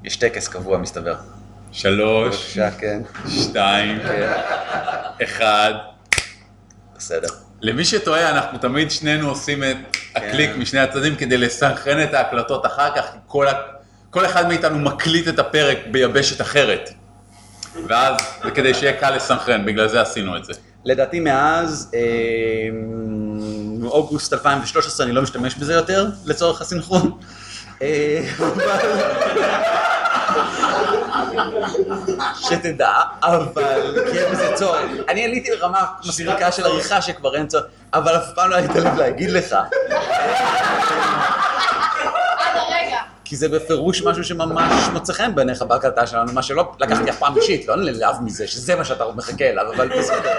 יש טקס קבוע, מסתבר. 3, כן. 2, 1. בסדר. למי שטועה, אנחנו תמיד שנינו עושים את הקליק משני הצדדים כדי לסנכרן את ההקלטות אחר כך, כל אחד מאיתנו מקליט את הפרק ביבשת אחרת. ואז זה כדי שיהיה קל לסנכרן, בגלל זה עשינו את זה. לדעתי מאז אוגוסט 2013 אני לא משתמש בזה יותר לצורך הסנכרון. שתדע, אבל כן בזה צורך. אני עליתי לרמה מספיקה של עריכה שכבר אין צורך, אבל אף פעם לא הייתה לי להגיד לך. כי זה בפירוש משהו שממש מוצא חן בעיניך בהקלטה שלנו, מה שלא לקחתי אף פעם אישית, לא נלהב מזה, שזה מה שאתה מחכה אליו, אבל בסדר.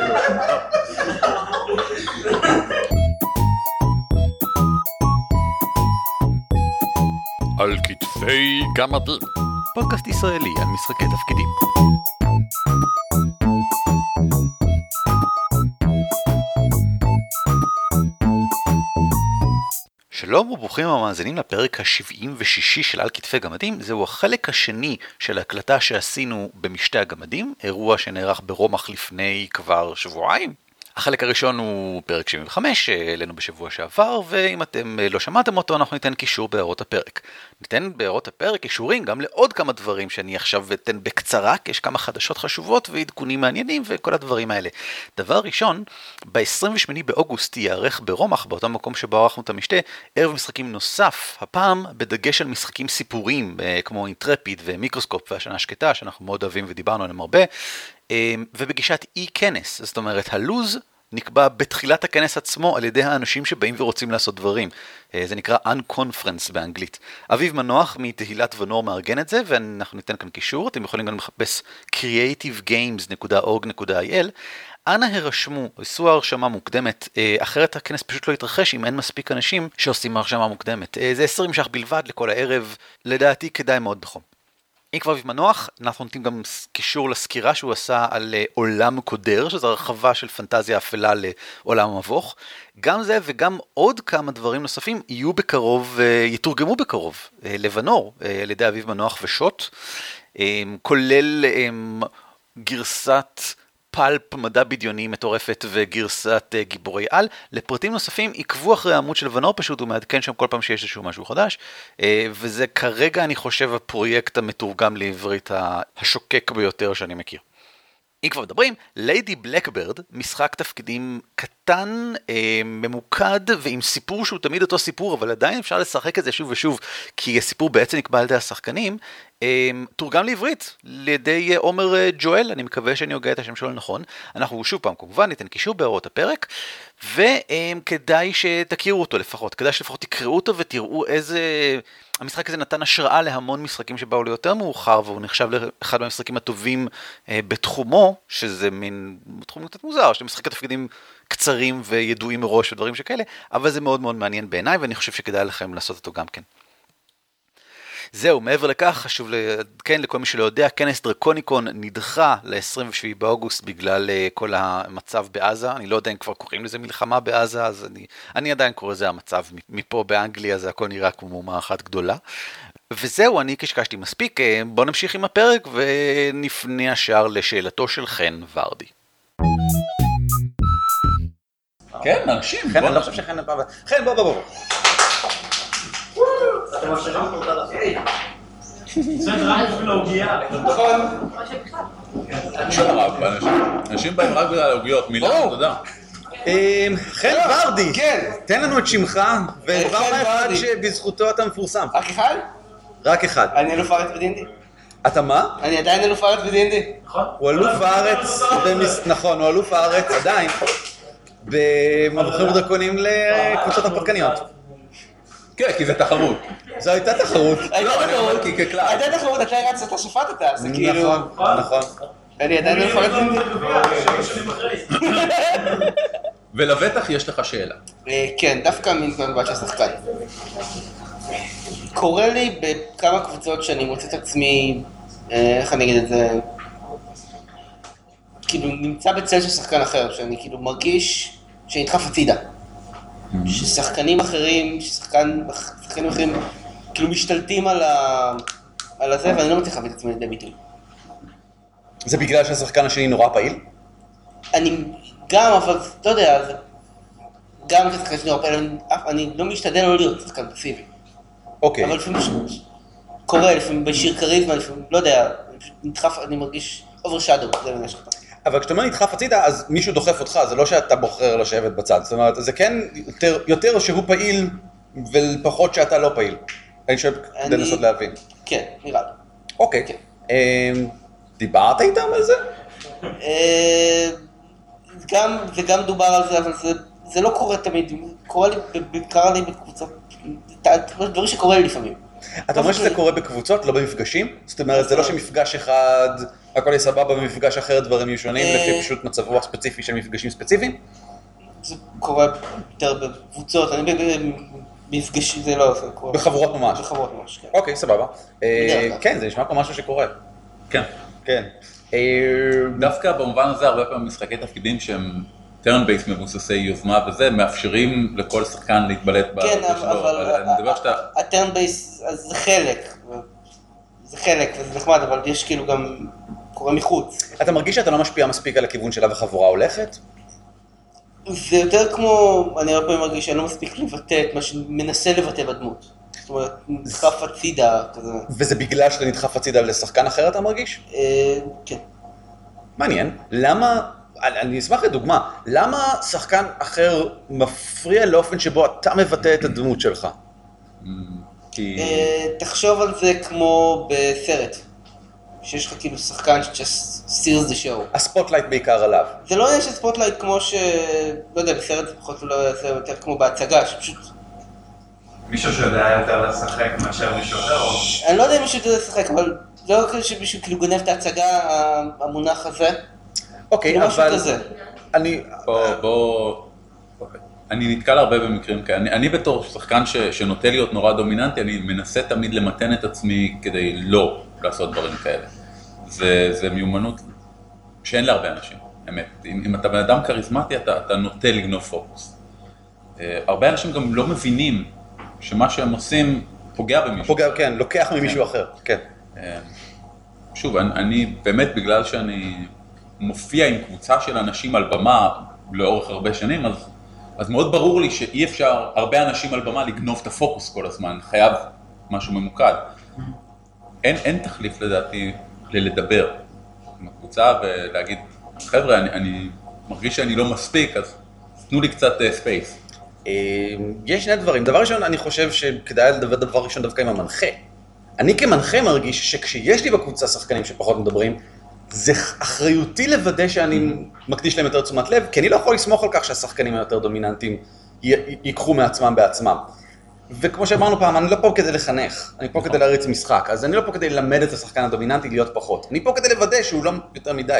על כתפי גמדים, פודקאסט ישראלי על משחקי תפקידים. שלום וברוכים המאזינים לפרק ה-76 של על כתפי גמדים. זהו החלק השני של ההקלטה שעשינו במשתי הגמדים, אירוע שנערך ברומח לפני כבר שבועיים. החלק הראשון הוא פרק 75, אלינו בשבוע שעבר, ואם אתם לא שמעתם אותו, אנחנו ניתן קישור בהערות הפרק. ניתן בהערות הפרק קישורים גם לעוד כמה דברים שאני עכשיו אתן בקצרה, כי יש כמה חדשות חשובות ועדכונים מעניינים וכל הדברים האלה. דבר ראשון, ב-28 באוגוסט יערך ברומח, באותו מקום שבו ערכנו את המשתה, ערב משחקים נוסף, הפעם בדגש על משחקים סיפוריים, כמו אינטרפיד ומיקרוסקופ והשנה שקטה, שאנחנו מאוד אוהבים ודיברנו עליהם הרבה, ובגישת אי-כנס, זאת אומרת, הלוז נקבע בתחילת הכנס עצמו על ידי האנשים שבאים ורוצים לעשות דברים. זה נקרא Unconference באנגלית. אביב מנוח מתהילת ונור מארגן את זה, ואנחנו ניתן כאן קישור, אתם יכולים גם לחפש creativegames.org.il. אנא הרשמו, עשו הרשמה מוקדמת, אחרת הכנס פשוט לא יתרחש אם אין מספיק אנשים שעושים הרשמה מוקדמת. זה 20 ש"ח בלבד לכל הערב, לדעתי כדאי מאוד בחום. אם כבר אביב מנוח, אנחנו נותנים גם קישור לסקירה שהוא עשה על עולם קודר, שזו הרחבה של פנטזיה אפלה לעולם המבוך. גם זה וגם עוד כמה דברים נוספים יהיו בקרוב, יתורגמו בקרוב לבנור, על ידי אביב מנוח ושוט, כולל גרסת פלפ מדע בדיוני מטורפת וגרסת גיבורי על. לפרטים נוספים עקבו אחרי העמוד של ונור, פשוט הוא מעדכן שם כל פעם שיש איזשהו משהו חדש, וזה כרגע אני חושב הפרויקט המתורגם לעברית השוקק ביותר שאני מכיר. אם כבר מדברים, ליידי בלקברד, משחק תפקידים קטן, ממוקד ועם סיפור שהוא תמיד אותו סיפור, אבל עדיין אפשר לשחק את זה שוב ושוב, כי הסיפור בעצם נקבע על ידי השחקנים, תורגם לעברית, לידי עומר ג'ואל, אני מקווה שאני הוגע את השם שלו נכון. אנחנו שוב פעם כמובן ניתן קישור בהערות הפרק, וכדאי שתכירו אותו לפחות, כדאי שלפחות תקראו אותו ותראו איזה... המשחק הזה נתן השראה להמון משחקים שבאו ליותר מאוחר, והוא נחשב לאחד מהמשחקים הטובים בתחומו, שזה מין תחום קצת מוזר, של משחקי תפקידים קצרים וידועים מראש ודברים שכאלה, אבל זה מאוד מאוד מעניין בעיניי, ואני חושב שכדאי לכם לעשות אותו גם כן. זהו, מעבר לכך, חשוב כן, לכל מי שלא יודע, כנס דרקוניקון נדחה ל-27 באוגוסט בגלל כל המצב בעזה. אני לא יודע אם כבר קוראים לזה מלחמה בעזה, אז אני עדיין קורא לזה המצב. מפה באנגליה זה הכל נראה כמו מהומה אחת גדולה. וזהו, אני קשקשתי מספיק. בואו נמשיך עם הפרק ונפנה השאר לשאלתו של חן ורדי. כן, מרשים. חן, אני לא חושב שחן... חן, בוא. אתם משאירים אותה לחי. זה רק בשביל ההוגיה. נכון. אנשים באים רק בגלל ההוגיות, מילה, תודה. חן ורדי, תן לנו את שמך ודבר מה אחד שבזכותו אתה מפורסם. רק אחד? רק אחד. אני אלוף הארץ בדינדי. אתה מה? אני עדיין אלוף הארץ בדינדי. הוא אלוף הארץ, נכון, הוא אלוף הארץ עדיין במבוכים ודרקונים לקבוצות הפרקניות. כן, כי זה תחרות. זו הייתה תחרות. הייתה תחרות, אתה רצת, אתה שפטת, זה כאילו... נכון. אני עדיין אלוף הארץ בדינדי. ולבטח יש לך שאלה. כן, דווקא מבט של שחקן. קורה לי בכמה קבוצות שאני מוצא את עצמי, איך אני אגיד את זה, כאילו נמצא בצל של שחקן אחר, שאני כאילו מרגיש שנדחף הצידה. ששחקנים אחרים, שחקנים אחרים כאילו משתלטים על על הזה, ואני לא מצליח להביא את עצמי לידי ביטוי. זה בגלל שהשחקן השני נורא פעיל? אני גם, אבל אתה יודע, גם כשחקן שני נורא פעיל, אני לא משתדל לא להיות שחקן פסיבי. אוקיי. אבל לפעמים פשוט קורה, לפעמים בשיר כריזמה, לפעמים, לא יודע, אני פשוט נדחף, אני מרגיש אוברשאדו, זה מנה שלך. אבל כשאתה אומר נדחף הצידה, אז מישהו דוחף אותך, זה לא שאתה בוחר לשבת בצד. זאת אומרת, זה כן יותר שהוא פעיל, ופחות שאתה לא פעיל. אני חושב כדי לנסות להבין. כן, נראה לי. אוקיי. דיברת איתם על זה? זה גם דובר על זה, אבל זה לא קורה תמיד, קרה לי בקבוצות, דברים שקורה לי לפעמים. אתה אומר שזה קורה בקבוצות, לא במפגשים? זאת אומרת, זה לא שמפגש אחד, הכל יהיה סבבה, במפגש אחר דברים יהיו שונים, לפי פשוט מצב רוח ספציפי של מפגשים ספציפיים? זה קורה יותר בקבוצות, אני במפגשים, זה לא, זה קורה. בחבורות ממש? בחבורות ממש, כן. אוקיי, סבבה. כן, זה נשמע כמו משהו שקורה. כן. כן. דווקא במובן הזה, הרבה פעמים משחקי תפקידים שהם turn based מבוססי יוזמה וזה, מאפשרים לכל שחקן להתבלט כן, שלו, אבל אני מדבר שאתה... ה-turn based, זה חלק, וזה נחמד, אבל יש כאילו גם קורה מחוץ. אתה מרגיש שאתה לא משפיע מספיק על הכיוון שלה וחבורה הולכת? זה יותר כמו, אני הרבה פעמים מרגיש שאני לא מספיק לבטא את מה שמנסה לבטא בדמות. זאת אומרת, נדחף הצידה כזה. וזה בגלל שאתה נדחף הצידה לשחקן אחר, אתה מרגיש? כן. מעניין. למה, אני אשמח לדוגמה, למה שחקן אחר מפריע לאופן שבו אתה מבטא את הדמות שלך? תחשוב על זה כמו בסרט. שיש לך כאילו שחקן ש-just steers the show. הספוטלייט בעיקר עליו. זה לא יש ספוטלייט כמו לא יודע, בסרט זה פחות לא יעשה יותר כמו בהצגה, שפשוט... מישהו שיודע יותר לשחק מאשר מישהו אחר? אני לא יודע אם מישהו יודע לשחק, אבל זה לא כאילו שמישהו כאילו גונב את ההצגה, המונח הזה. אוקיי, אבל... אני נתקל הרבה במקרים כאלה. אני בתור שחקן שנוטה להיות נורא דומיננטי, אני מנסה תמיד למתן את עצמי כדי לא לעשות דברים כאלה. זה מיומנות שאין להרבה אנשים, אמת. אם אתה בן אדם כריזמטי, אתה נוטה לגנוב פוקוס. הרבה אנשים גם לא מבינים שמה שהם עושים פוגע במישהו. פוגע, כן, לוקח ממישהו אחר, כן. שוב, אני באמת בגלל שאני מופיע עם קבוצה של אנשים על במה לאורך הרבה שנים, אז מאוד ברור לי שאי אפשר הרבה אנשים על במה לגנוב את הפוקוס כל הזמן, חייב משהו ממוקד. אין תחליף לדעתי ללדבר עם הקבוצה ולהגיד, חבר'ה, אני מרגיש שאני לא מספיק, אז תנו לי קצת ספייס. יש שני דברים. דבר ראשון, אני חושב שכדאי לדבר דבר ראשון דווקא עם המנחה. אני כמנחה מרגיש שכשיש לי בקבוצה שחקנים שפחות מדברים, זה אחריותי לוודא שאני מקדיש להם יותר תשומת לב, כי אני לא יכול לסמוך על כך שהשחקנים היותר דומיננטיים ייקחו מעצמם בעצמם. וכמו שאמרנו פעם, אני לא פה כדי לחנך, אני פה כדי להריץ משחק, אז אני לא פה כדי ללמד את השחקן הדומיננטי להיות פחות. אני פה כדי לוודא שהוא לא יותר מדי.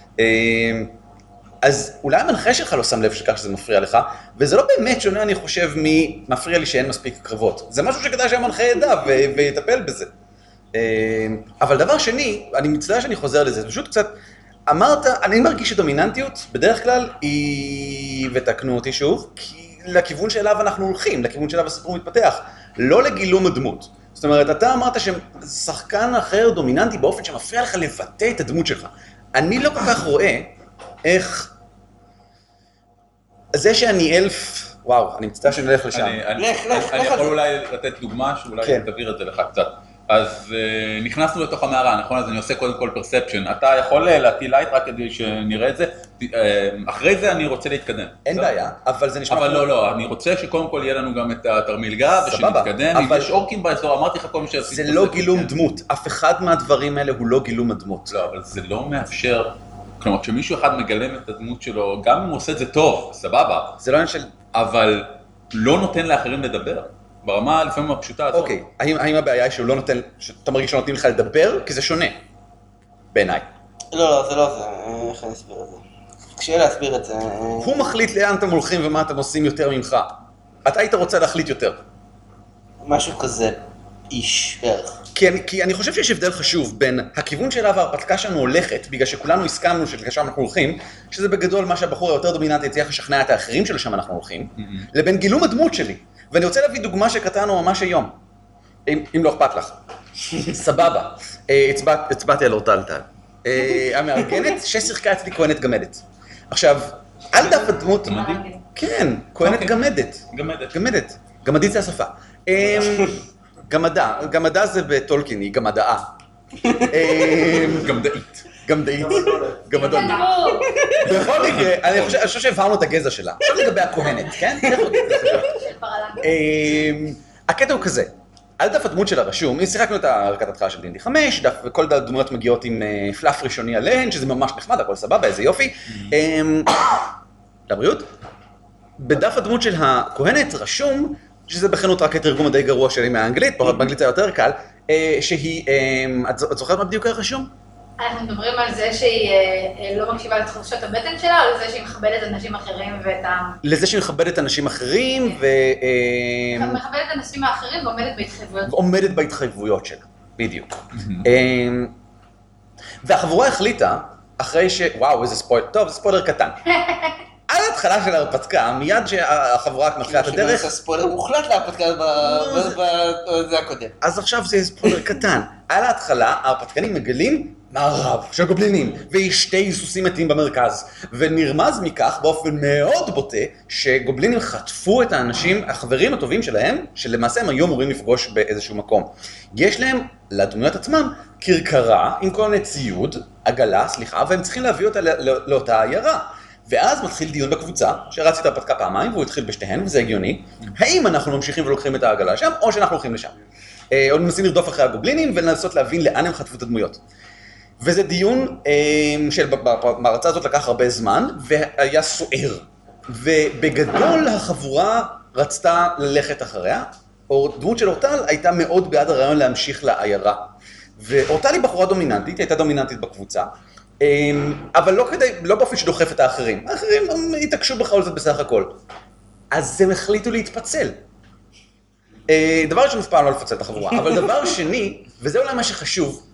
אז אולי המנחה שלך לא שם לב שכך שזה מפריע לך, וזה לא באמת שונה, אני חושב, מפריע לי שאין מספיק קרבות. זה משהו שכדאי שהמנחה ידע ויטפל בזה. אבל דבר שני, אני מצטער שאני חוזר לזה, פשוט קצת, אמרת, אני מרגיש שדומיננטיות, בדרך כלל היא, ותקנו אותי שוב, לכיוון שאליו אנחנו הולכים, לכיוון שאליו הסיפור מתפתח, לא לגילום הדמות. זאת אומרת, אתה אמרת ששחקן אחר דומיננטי באופן שמפריע לך לבטא את הדמות שלך. אני לא כל כך רואה איך... זה שאני אלף... וואו, אני מצטער שאני הולך לשם. אני יכול אולי לתת דוגמה שאולי תעביר את זה לך קצת. אז נכנסנו לתוך המערה, נכון? אז אני עושה קודם כל פרספשן. אתה יכול להטיל לייט רק כדי שנראה את זה. אחרי זה אני רוצה להתקדם. אין בעיה, אבל זה נשמע... אבל לא, אני רוצה שקודם כל יהיה לנו גם את התרמיל גב, ושנתקדם. אם יש אורקים באזור, אמרתי לך כל מי שעשיתי... זה לא גילום דמות. אף אחד מהדברים האלה הוא לא גילום הדמות. לא, אבל זה לא מאפשר... כלומר, כשמישהו אחד מגלם את הדמות שלו, גם אם הוא עושה את זה טוב, סבבה. זה לא עניין של... אבל לא נותן לאחרים לדבר. ברמה לפעמים הפשוטה הזאת. אוקיי, האם הבעיה היא שהוא לא נותן, שאתה מרגיש שלא נותנים לך לדבר? כי זה שונה, בעיניי. לא, זה לא זה, איך אני אסביר את זה? קשה להסביר את זה. הוא מחליט לאן אתם הולכים ומה אתם עושים יותר ממך. אתה היית רוצה להחליט יותר. משהו כזה, איש, בערך. כי אני חושב שיש הבדל חשוב בין הכיוון שאליו ההרפתקה שלנו הולכת, בגלל שכולנו הסכמנו שלשם אנחנו הולכים, שזה בגדול מה שהבחור היותר דומיננטי יצליח לשכנע את האחרים שלשם אנחנו הולכים, לבין גילום הדמות שלי. ואני רוצה להביא דוגמה שקטענו ממש היום, אם לא אכפת לך. סבבה. הצבעתי על אורטל טל. המארגנת ששיחקה אצלי כהנת גמדת. עכשיו, על דף הדמות... כן, כהנת גמדת. גמדת. גמדית זה השפה. גמדה. גמדה זה בטולקין, היא גמדאה. גמדאית. גמדאית. גמדון. בכל מקרה, אני חושב שהבהרנו את הגזע שלה. עכשיו לגבי הכהנת, כן? הקטע הוא כזה. על דף הדמות שלה רשום, אם שיחקנו את הרקת התחלה של D&D 5, וכל הדמויות מגיעות עם פלאף ראשוני עליהן, שזה ממש נחמד, הכל סבבה, איזה יופי. לבריאות. בדף הדמות של הכהנת רשום, שזה בכנות רק התרגום הדי גרוע שלי מהאנגלית, באנגלית זה יותר קל, שהיא, את זוכרת מה בדיוק היה רשום? אנחנו מדברים על זה שהיא לא מקשיבה לתחושות הבטן שלה, או לזה שהיא מכבדת אנשים אחרים ואת ה... לזה שהיא מכבדת אנשים אחרים מכבדת אנשים האחרים ועומדת בהתחייבויות. עומדת בהתחייבויות שלה, בדיוק. והחבורה החליטה, אחרי וואו, איזה ספוילר, טוב, זה ספוילר קטן. על ההתחלה של ההרפתקה, מיד שהחברה מתחילה את הדרך... זה ספוילר מוחלט להרפתקה בזה הקודם. אז עכשיו זה ספוילר קטן. על ההתחלה, ההרפתקנים מגלים מערב של גובלינים, ושתי סוסים מתים במרכז. ונרמז מכך באופן מאוד בוטה, שגובלינים חטפו את האנשים, החברים הטובים שלהם, שלמעשה הם היו אמורים לפגוש באיזשהו מקום. יש להם, לדמויות עצמם, כרכרה עם כל מיני ציוד, עגלה, סליחה, והם צריכים להביא אותה לאותה עיירה. ואז מתחיל דיון בקבוצה, שרצתי את ההרפתקה פעמיים, והוא התחיל בשתיהן, וזה הגיוני. האם אנחנו ממשיכים ולוקחים את העגלה שם, או שאנחנו הולכים לשם. או מנסים לרדוף אחרי הגובלינים, ולנסות להבין לאן הם חטפו את הדמויות. וזה דיון במרצה הזאת לקח הרבה זמן, והיה סוער. ובגדול החבורה רצתה ללכת אחריה, או דמות של אורטל הייתה מאוד בעד הרעיון להמשיך לעיירה. ואורטל היא בחורה דומיננטית, הייתה דומיננטית בקבוצה, אבל לא באופן שדוחף את האחרים. האחרים התעקשו בכל זאת בסך הכל. אז הם החליטו להתפצל. דבר ראשון אף פעם לא לפצל את החבורה, אבל דבר שני, וזה אולי מה שחשוב,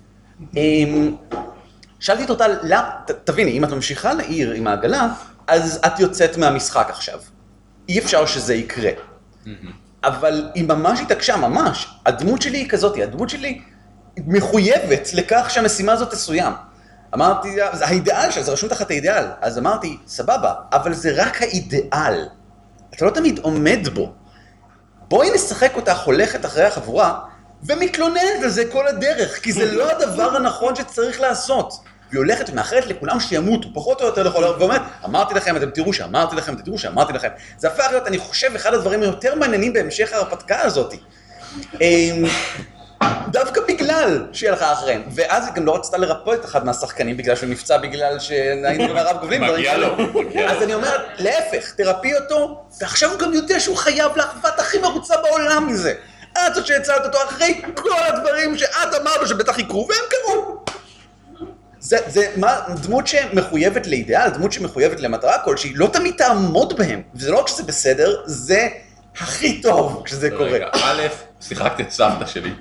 שאלתי את אורטל, תביני, אם את ממשיכה לעיר עם העגלה, אז את יוצאת מהמשחק עכשיו. אי אפשר שזה יקרה. אבל היא ממש התעקשה, ממש. הדמות שלי היא כזאת, הדמות שלי מחויבת לכך שהמשימה הזאת תסוים. אמרתי, זה האידאל שלה, זה רשום תחת האידאל. אז אמרתי, סבבה, אבל זה רק האידאל. אתה לא תמיד עומד בו. בואי נשחק אותך הולכת אחרי החבורה, ומתלוננת על זה כל הדרך, כי זה לא הדבר הנכון שצריך לעשות. והיא הולכת ומאחרת לכולם שימותו, פחות או יותר לכל דבר, ואומרת, אמרתי לכם, אתם תראו שאמרתי לכם, אתם תראו שאמרתי לכם. זה הפך להיות, אני חושב, אחד הדברים היותר מעניינים בהמשך ההרפתקה הזאת. דווקא בגלל שהיא הלכה אחריהם, ואז היא גם לא רצתה לרפוא את אחד מהשחקנים בגלל שהוא נפצע בגלל שהיינו במערב גובלים. מגיע לו. אז אני אומר, להפך, תרפי אותו, ועכשיו הוא גם יודע שהוא חייב לך, ואת הכי מרוצה בעולם מזה. את עוד שהצלת אותו אחרי כל הדברים שאת אמרת לו שבטח יקרו, והם קרו. זה דמות שמחויבת לאידאל, דמות שמחויבת למטרה כלשהי, לא תמיד תעמוד בהם. וזה לא רק שזה בסדר, זה הכי טוב כשזה קורה. רגע, א', שיחקת את סבתא שלי.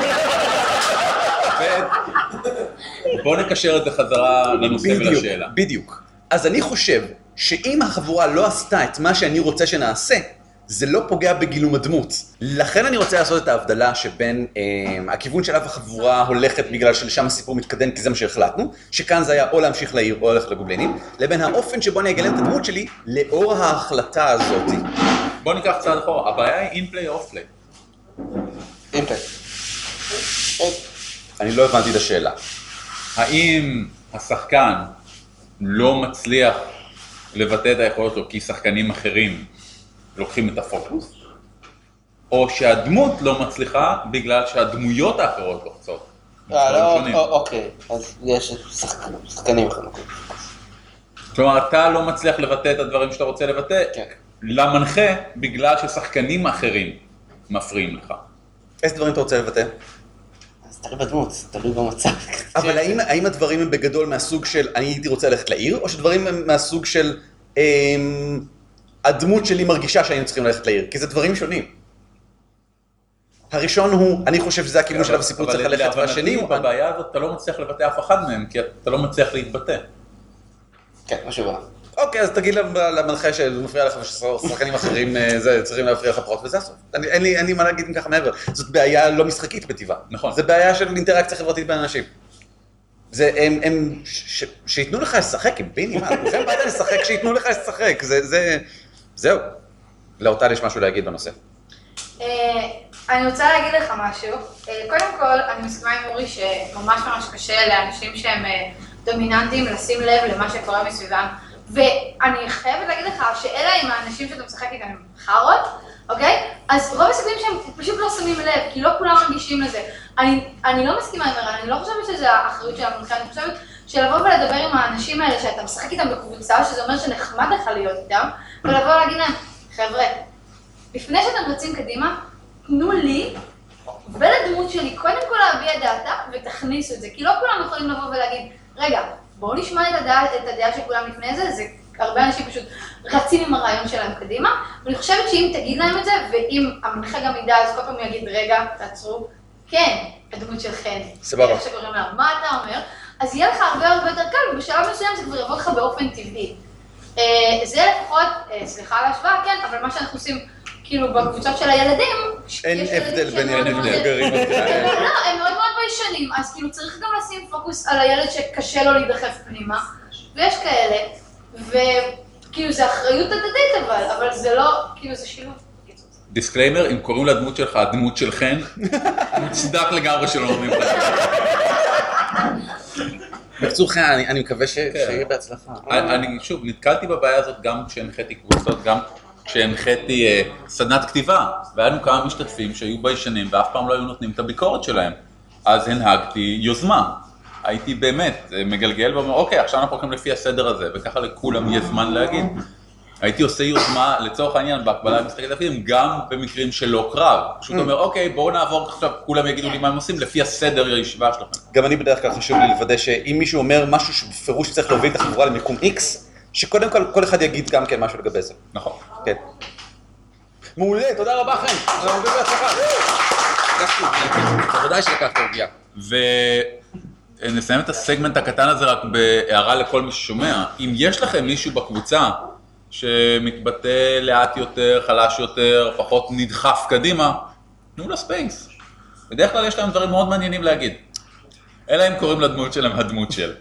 בוא נקשר את זה חזרה לנושא ולשאלה. בדיוק. אז אני חושב שאם החבורה לא עשתה את מה שאני רוצה שנעשה, זה לא פוגע בגילום הדמות. לכן אני רוצה לעשות את ההבדלה שבין הכיוון שאליו החבורה הולכת בגלל שלשם הסיפור מתקדם, כי זה מה שהחלטנו, שכאן זה היה או להמשיך לעיר או ללכת לגובלינים, לבין האופן שבו אני אגלם את הדמות שלי לאור ההחלטה הזאת. בוא ניקח צעד אחורה, הבעיה היא אינפליי או אופליי. אינפליי. אני לא הבנתי את השאלה. האם השחקן לא מצליח לבטא את היכולות שלו כי שחקנים אחרים לוקחים את הפוקוס, או שהדמות לא מצליחה בגלל שהדמויות האחרות לוחצות. אוקיי, אז יש שחקנים אחרים. כלומר, אתה לא מצליח לבטא את הדברים שאתה רוצה לבטא, כן. למנחה בגלל ששחקנים אחרים מפריעים לך. איזה דברים אתה רוצה לבטא? אז תלוי בדמות, תלוי במצב. אבל האם הדברים הם בגדול מהסוג של אני הייתי רוצה ללכת לעיר, או שדברים הם מהסוג של הדמות שלי מרגישה שהיינו צריכים ללכת לעיר? כי זה דברים שונים. הראשון הוא, אני חושב שזה הכיוון של הסיפור צריך ללכת, והשני הוא... בבעיה הזאת אתה לא מצליח לבטא אף אחד מהם, כי אתה לא מצליח להתבטא. כן, משהו בא. אוקיי, אז תגיד למנחה שזה מפריע לך וששחקנים אחרים צריכים להפריע לך פחות, וזה הסוף. אין לי מה להגיד אם ככה מעבר. זאת בעיה לא משחקית בטבעה. נכון. זה בעיה של אינטראקציה חברתית בין אנשים. שיתנו לך לשחק עם ביני, מה? כולכם באת לשחק, שיתנו לך לשחק. זהו. לאורטל יש משהו להגיד בנושא. אני רוצה להגיד לך משהו. קודם כל, אני מסכימה עם אורי שממש ממש קשה לאנשים שהם דומיננטיים לשים לב למה שקורה מסביבם. ואני חייבת להגיד לך שאלה עם האנשים שאתה משחק איתם הם חארות, אוקיי? אז רוב הסיכויים שהם פשוט לא שמים לב, כי לא כולם מרגישים לזה. אני לא מסכימה עם ערן, אני לא חושבת שזה האחריות של המנחה, אני חושבת שלבוא ולדבר עם האנשים האלה שאתה משחק איתם בקבוצה, שזה אומר שנחמד לך להיות איתם, ולבוא להגיד להם, חבר'ה, לפני שאתם רצים קדימה, תנו לי ולדמות שלי קודם כל להביע את דעתה ותכניסו את זה, כי לא כולם יכולים לבוא ולהגיד, רגע, בואו נשמע את הדעה של כולם לפני זה, זה הרבה אנשים פשוט רצים עם הרעיון שלהם קדימה, ואני חושבת שאם תגיד להם את זה, ואם המנחה גם ידע, אז כל פעם הוא יגיד, רגע, תעצרו, כן, הדמות של חן, סבבה. איך שקוראים לה, מה אתה אומר? אז יהיה לך הרבה יותר קל, ובשלב מסוים זה כבר יבוא לך באופן טבעי. זה לפחות, סליחה על ההשוואה, כן, אבל מה שאנחנו עושים, כאילו בקבוצות של הילדים, אין הבדל בין ילדים מבוגרים. לא, הם מאוד מאוד ביישנים, אז כאילו צריך גם לשים פוקוס על הילד שקשה לו להידחף פנימה, ויש כאלה, וכאילו זה אחריות הדדית אבל זה לא, כאילו זה שילוב. דיסקליימר, אם קוראים לדמות שלך הדמות של חן, מוצדק לגמרי שלא אומרים לך. בקצור חן, אני מקווה שיהיה בהצלחה. אני שוב, נתקלתי בבעיה הזאת גם כשהנחיתי קבוצות, גם כשהנחיתי סדנת כתיבה, והיה לנו כמה משתתפים שהיו ביישנים ואף פעם לא היו נותנים את הביקורת שלהם. אז הנהגתי יוזמה. הייתי באמת מגלגל ואומר, אוקיי, עכשיו אנחנו הולכים לפי הסדר הזה, וככה לכולם יהיה זמן להגיד. הייתי עושה יוזמה לצורך העניין בהקבלה למשחקי תפקידים, גם במקרים שלא קרב. פשוט אומר, אוקיי, בואו נעבור עכשיו, כולם יגידו לי מה הם עושים, לפי הסדר הישיבה שלכם. גם אני בדרך כלל חשוב לי לוודא שאם מישהו אומר משהו שבפירוש צריך להוביל את החבורה למיקום X, שקודם כל אחד יגיד גם כן משהו לגבי זה. נכון. כן. מעולה, תודה רבה חן. אנחנו עובדים בהצלחה. בוודאי שלקחת עוגיה. ונסיים את הסגמנט הקטן הזה רק בהערה לכל מי ששומע. אם יש לכם מישהו בקבוצה שמתבטא לאט יותר, חלש יותר, פחות נדחף קדימה, תנו לה ספייס. בדרך כלל יש להם דברים מאוד מעניינים להגיד. אלא אם קוראים לדמות שלהם הדמות של.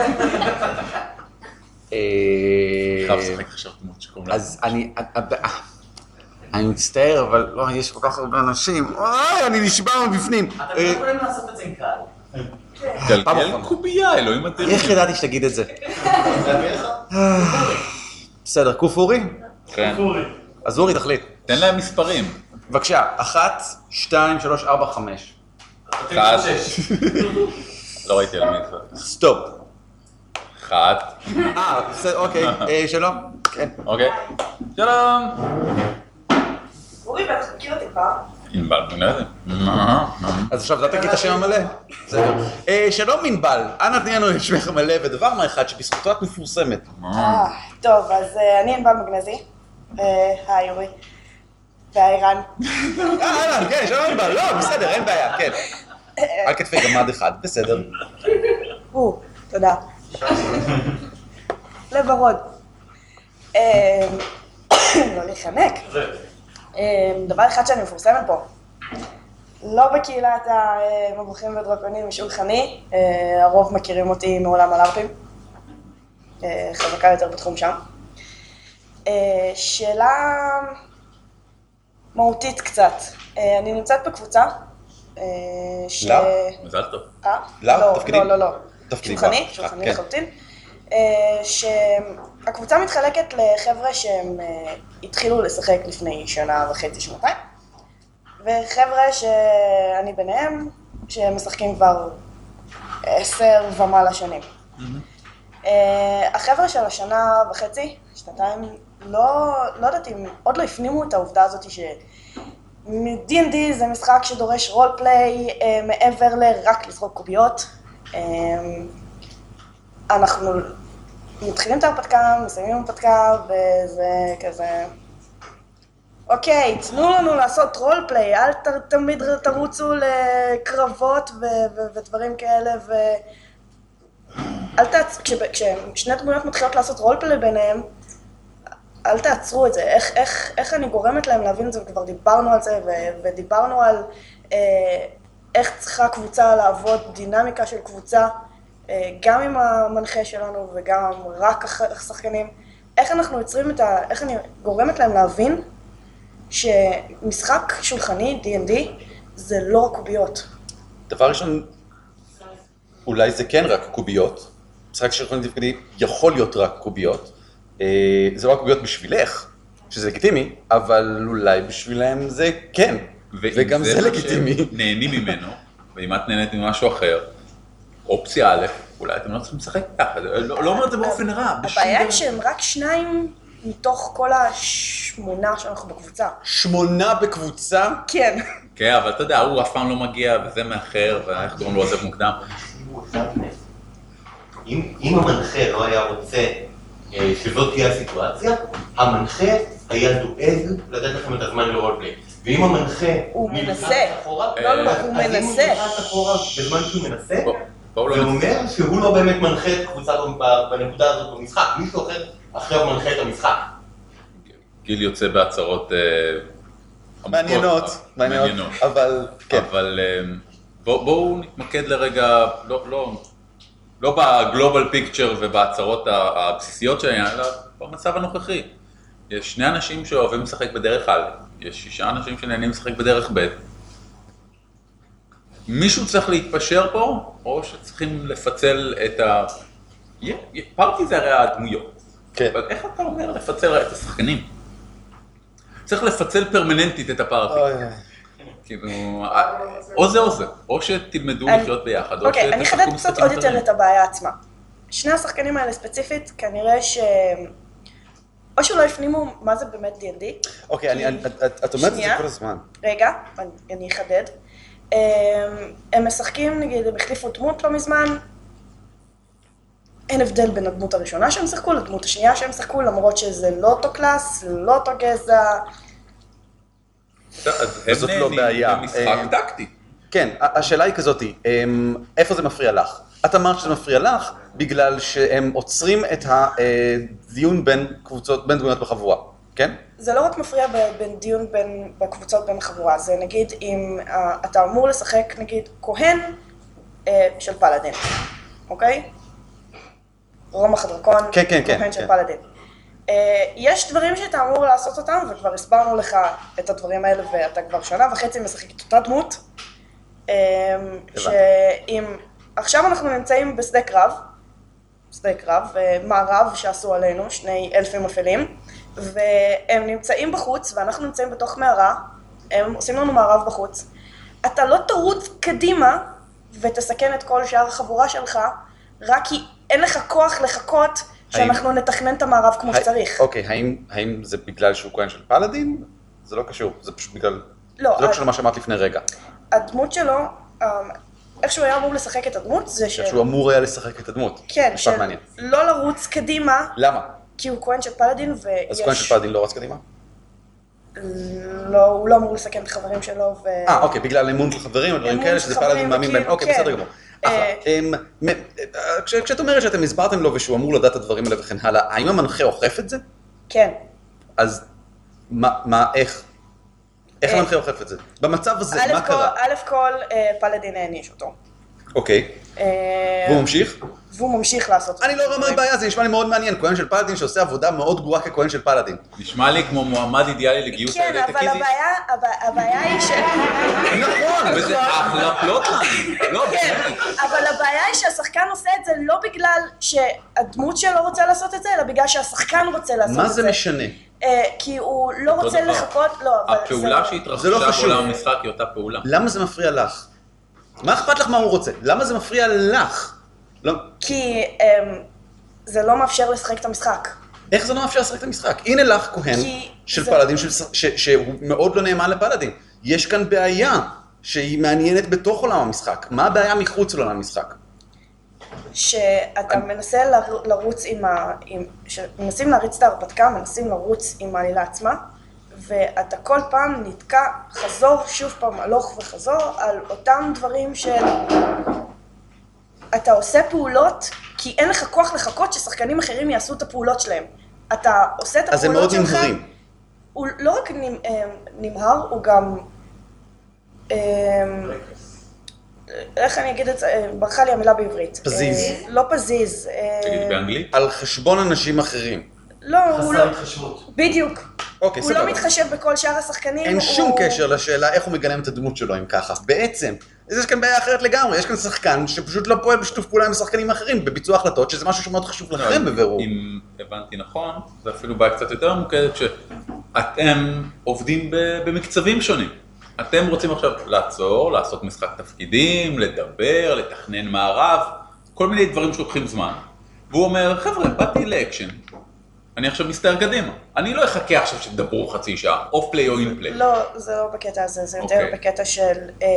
חייב לשחק עכשיו דמות שקוראים לה. אז אני מצטער, אבל לא, יש כל כך הרבה אנשים. אוי, אני נשבע מבפנים. אתם לא יכולים לעשות את זה עם קהל. גלגל קובייה, אלוהים אתם. איך ידעתי שתגיד את זה? בסדר, קוף אורי? כן. אז אורי תחליט. תן להם מספרים. בבקשה, 1, 2, 3, 4, 5. 1. לא ראיתי על מי זה. סטופ. 1. בסדר, אוקיי. שלום. כן. אוקיי. שלום. אורי, בטח מכיר אותי פעם. ענבל, מנהל. אז עכשיו אתה תגיד את השם המלא. בסדר. שלום ענבל, אנא תני לנו את שמך המלא ודבר מה אחד שבזכותו את מפורסמת. טוב, אז אני ענבל מגנזי. היי אורי. והי רן. כן, שלום ענבל, לא, בסדר, אין בעיה, כן. על כתפי גמד אחד, בסדר. תודה. לב ורוד. לא להיחנק. דבר אחד שאני מפורסמת פה. לא בקהילת המבוכים ודרקונים משולחני, הרוב מכירים אותי מעולם הלארפים. חזקה יותר בתחום שם. שאלה מהותית קצת. אני נמצאת בקבוצה. לארפ? מזל טוב. לארפ? תפקידים? לא. תפקידים. שולחני לחלוטין. שהקבוצה מתחלקת לחבר'ה שהם התחילו לשחק לפני שנה וחצי, שנתיים, וחבר'ה שאני ביניהם, שהם משחקים כבר 10 ומעלה שנים. החבר'ה של השנה וחצי, שנתיים, לא יודעת אם עוד לא הפנימו את העובדה הזאת ש-D&D זה משחק שדורש רולפליי מעבר לרק לזרוק קוביות. אנחנו מתחילים את ההרפתקה, מסיימים הרפתקה, וזה כזה... אוקיי, תנו לנו לעשות רולפליי, אל תמיד תרוצו לקרבות ודברים כאלה, כששני דמויות מתחילות לעשות רולפלי ביניהם, אל תעצרו את זה. איך אני גורמת להם להבין את זה, וכבר דיברנו על זה, ודיברנו על איך צריכה קבוצה לעבוד, דינמיקה של קבוצה, גם עם המנחה שלנו וגם רק השחקנים. איך אנחנו יוצרים איך אני גורמת להם להבין שמשחק שולחני, D&D, זה לא רק קוביות. דבר ראשון, אולי זה כן רק קוביות. משחק שולחני D&D יכול להיות רק קוביות. זה לא רק קוביות בשבילך, שזה לגיטימי, אבל אולי בשבילם זה כן. וגם זה לגיטימי. נהנים ממנו, ואם את נהנית ממשהו אחר, אופציה א', אולי אתם לא צריכים לשחק ככה, לא אומר את זה באופן רע. הבעיה היא שהם רק 2 מתוך כל 8 שאנחנו בקבוצה. 8 בקבוצה? כן. כן, אבל אתה יודע, הוא אף פעם לא מגיע, וזה מאחר, ואיך קוראים לו עוזב מוקדם. אם המנחה לא היה רוצה שזאת תהיה הסיטואציה, המנחה היה דואג לתת לכם את הזמן לרולפליי. ואם המנחה... הוא מנסה. הוא מנסה. אז אם הוא נלחץ אחורה בזמן שהוא מנסה, זה אומר שהוא לא באמת מנחה את הקבוצה בנקודה הזאת במשחק. מישהו אחר עכשיו מנחה את המשחק. גיל יוצא בהצהרות מעניינות, אבל כן. אבל בואו נתמקד לרגע, לא בגלובל פיקצ'ר ובהצהרות הבסיסיות שלהם, אלא במצב הנוכחי. יש 2 אנשים שאוהבים לשחק בדרך א', יש 6 אנשים שנהנים לשחק בדרך ב'. מישהו צריך להתפשר פה, או שצריכים לפצל את פארטי זה הרי הדמויות. כן. אבל איך אתה אומר לפצל את השחקנים? צריך לפצל פרמננטית את הפארטי. כאילו, או זה או זה, או שתלמדו לחיות ביחד, או אוקיי, אני אחדד קצת עוד יותר את הבעיה עצמה. 2 השחקנים האלה ספציפית, כנראה או שלא הפנימו מה זה באמת D&D. אוקיי, את אומרת את זה כל הזמן. רגע, אני אחדד. הם משחקים, נגיד, הם החליפו דמות לא מזמן, אין הבדל בין הדמות הראשונה שהם שחקו לדמות השנייה שהם שחקו, למרות שזה לא אותו קלאס, לא אותו גזע. אז זאת לא בעיה. במשחק טקטי. כן, השאלה היא כזאת, איפה זה מפריע לך? את אמרת שזה מפריע לך בגלל שהם עוצרים את הדיון בין דמויות בחבורה, כן? זה לא רק מפריע בין דיון בקבוצות בין חבורה, זה נגיד אם אתה אמור לשחק נגיד כהן של פלאדין, אוקיי? רומח הדרקון, כהן של פלאדין. יש דברים שאתה אמור לעשות אותם, וכבר הסברנו לך את הדברים האלה, ואתה כבר 1.5 שנה משחק את אותה דמות, שאם עכשיו אנחנו נמצאים בשדה קרב, מערב שעשו עלינו, 2 אלפים אפלים, והם נמצאים בחוץ, ואנחנו נמצאים בתוך מערה, הם עושים לנו מערב בחוץ. אתה לא תרוץ קדימה ותסכן את כל שאר החבורה שלך, רק כי אין לך כוח לחכות שאנחנו נתכנן את המערב כמו שצריך. אוקיי, האם זה בגלל שהוא כהן של פלאדין? זה לא קשור, זה פשוט בגלל... זה לא קשור למה שאמרת לפני רגע. הדמות שלו, איך שהוא היה אמור לשחק את הדמות, זה איך שהוא אמור היה לשחק את הדמות. כן, לא לרוץ קדימה. למה? כי הוא כהן של פלאדין ויש... אז כהן של פלאדין לא רץ קדימה? לא, הוא לא אמור לסכן את החברים שלו ו... אוקיי, בגלל אימון של חברים, או דברים כאלה, שזה פלאדין מאמין בהם. אוקיי, בסדר גמור. כשאת אומרת שאתם הסברתם לו ושהוא אמור לדעת את הדברים האלה וכן הלאה, האם המנחה אוכף את זה? כן. אז איך? איך המנחה אוכף את זה? במצב הזה, מה קרה? א' כל פלאדין העניש אותו. אוקיי. והוא ממשיך? והוא ממשיך לעשות. אני לא רואה מה הבעיה, זה נשמע לי מאוד מעניין, כהן של פלאדין שעושה עבודה מאוד גרועה ככהן של פלאדין. נשמע לי כמו מועמד אידיאלי לגיוס על ידי טקיזי. כן, אבל הבעיה היא ש... נכון, וזה אחלה פלוטליין. לא, באמת. אבל הבעיה היא שהשחקן עושה את זה לא בגלל שהדמות שלו רוצה לעשות את זה, אלא בגלל שהשחקן רוצה לעשות את זה. מה זה משנה? כי הוא לא רוצה לחכות, לא, אבל... הפעולה שהתרחשה בעולם המשחק היא אותה פעולה. למה זה מפריע לך? מה אכפת לך מה הוא רוצה? למה זה מפריע לך? כי זה לא מאפשר לשחק את המשחק. איך זה לא מאפשר לשחק את המשחק? הנה לך כהן של פלאדין שהוא מאוד לא נאמן לפלאדין. יש כאן בעיה שהיא מעניינת בתוך עולם המשחק. מה הבעיה מחוץ לעולם המשחק? שאתה מנסה לרוץ מנסים להריץ את ההרפתקה, מנסים לרוץ עם העלילה עצמה, ואתה כל פעם נתקע חזור, שוב פעם הלוך וחזור, על אותם דברים של... אתה עושה פעולות כי אין לך כוח לחכות ששחקנים אחרים יעשו את הפעולות שלהם. אתה עושה את אז הם הפעולות מאוד שלך... נמהרים. הוא לא רק נמהר, הוא גם... איך אני אגיד את זה? ברכה לי המילה בעברית. פזיז. לא פזיז. תגידי באנגלית? על חשבון אנשים אחרים. לא, הוא לא... חסר התחשבות. בדיוק. אוקיי, הוא סבבה. לא מתחשב בכל שאר השחקנים. אין שום קשר לשאלה איך הוא מגלם את הדמות שלו אם ככה. בעצם, יש כאן בעיה אחרת לגמרי, יש כאן שחקן שפשוט לא פועל בשיתוף פעולה עם שחקנים אחרים בביצוע החלטות, שזה משהו שמאוד חשוב לכם בבירור. אם הבנתי נכון, זה אפילו בעיה קצת יותר ממוקדת, שאתם עובדים במקצבים שונים. אתם רוצים עכשיו לעצור, לעשות משחק תפקידים, לדבר, לתכנן מערב, כל מיני דברים שלוקחים זמן. והוא אומר, חבר'ה, באתי לאקשן. אני עכשיו מסתער קדימה. אני לא אחכה עכשיו שתדברו חצי שעה, אוף פליי או אין פליי. לא, זה לא בקטע הזה, זה יותר אוקיי. בקטע של...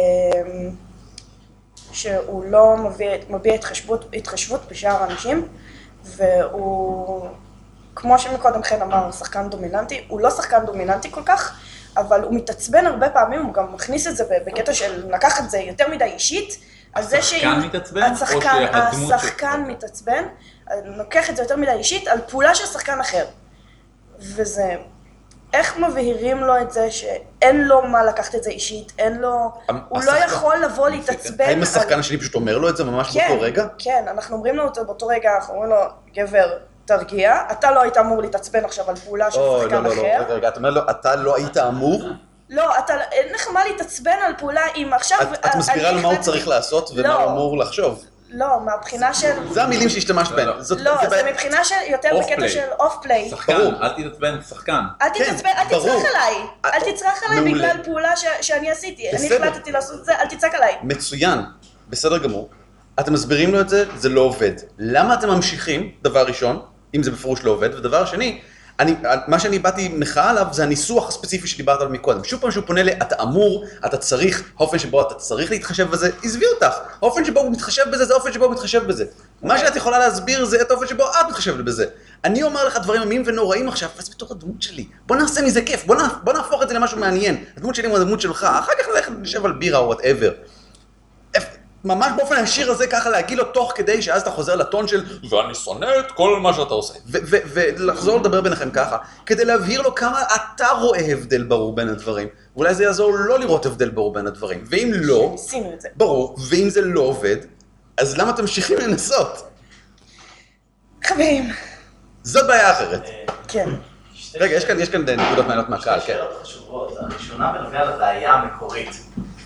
שהוא לא מביע התחשבות בשאר האנשים, והוא, כמו שמקודם חן אמר, הוא שחקן דומיננטי, הוא לא שחקן דומיננטי כל כך, אבל הוא מתעצבן הרבה פעמים, הוא גם מכניס את זה בקטע של לקח את זה יותר מדי אישית, על זה השחקן מתעצבן? או שהדמות השחקן מתעצבן, לוקח את זה יותר מדי אישית על פעולה של שחקן אחר. וזה, איך מבהירים לו את זה שאין לו מה לקחת את זה אישית, אין לו, הוא לא יכול לבוא להתעצבן. האם השחקן שלי פשוט אומר לו את זה ממש באותו רגע? כן, אנחנו אומרים לו אותו באותו רגע, אנחנו אומרים לו, גבר, תרגיע, אתה לא היית אמור להתעצבן עכשיו על פעולה של שחקן אחר. רגע, אתה אומר לו, אתה לא היית אמור? לא, אין לך מה להתעצבן על פעולה אם עכשיו... את מסבירה לו מה הוא צריך לעשות ומה הוא אמור לחשוב. לא, מהבחינה של... זה המילים שהשתמשת בהן. לא, זה מבחינה של יותר בקטע של אוף פליי. שחקן, אל תתעצבן, שחקן. אל תתעצבן, אל תצרח עליי. אל תצרח עליי בגלל פעולה שאני עשיתי. אני החלטתי לעשות את זה, אל תצעק עליי. מצוין, בסדר גמור. אתם מסבירים לו את זה, זה לא עובד. למה אתם ממשיכים, דבר ראשון, אם זה בפירוש לא עובד, ודבר שני, מה שאני באתי מחאה עליו זה הניסוח הספציפי שדיברת עליו מקודם. שוב פעם שהוא פונה לי, אתה אמור, אתה צריך, האופן שבו אתה צריך להתחשב בזה, עזבי אותך. האופן שבו הוא מתחשב בזה, זה האופן שבו הוא מתחשב בזה. מה שאת יכולה להסביר זה את האופן שבו את מתחשבת בזה. אני אומר לך דברים אימים ונוראים עכשיו, אז בתור הדמות שלי. בוא נעשה מזה כיף, בוא נהפוך את זה למשהו מעניין. הדמות שלי הוא הדמות שלך, אחר כך נלך נשב על בירה או whatever. ממש באופן הישיר הזה ככה להגיד לו תוך כדי שאז אתה חוזר לטון של ואני שונא את כל מה שאתה עושה. ולחזור לדבר ביניכם ככה, כדי להבהיר לו כמה אתה רואה הבדל ברור בין הדברים. ואולי זה יעזור לא לראות הבדל ברור בין הדברים. ואם לא, ברור, ואם זה לא עובד, אז למה אתם ממשיכים לנסות? חברים. זאת בעיה אחרת. כן. רגע, יש כאן נקודות מעניינות מהקהל, כן. שתי שאלות חשובות. הראשונה בנוגע לבעיה המקורית.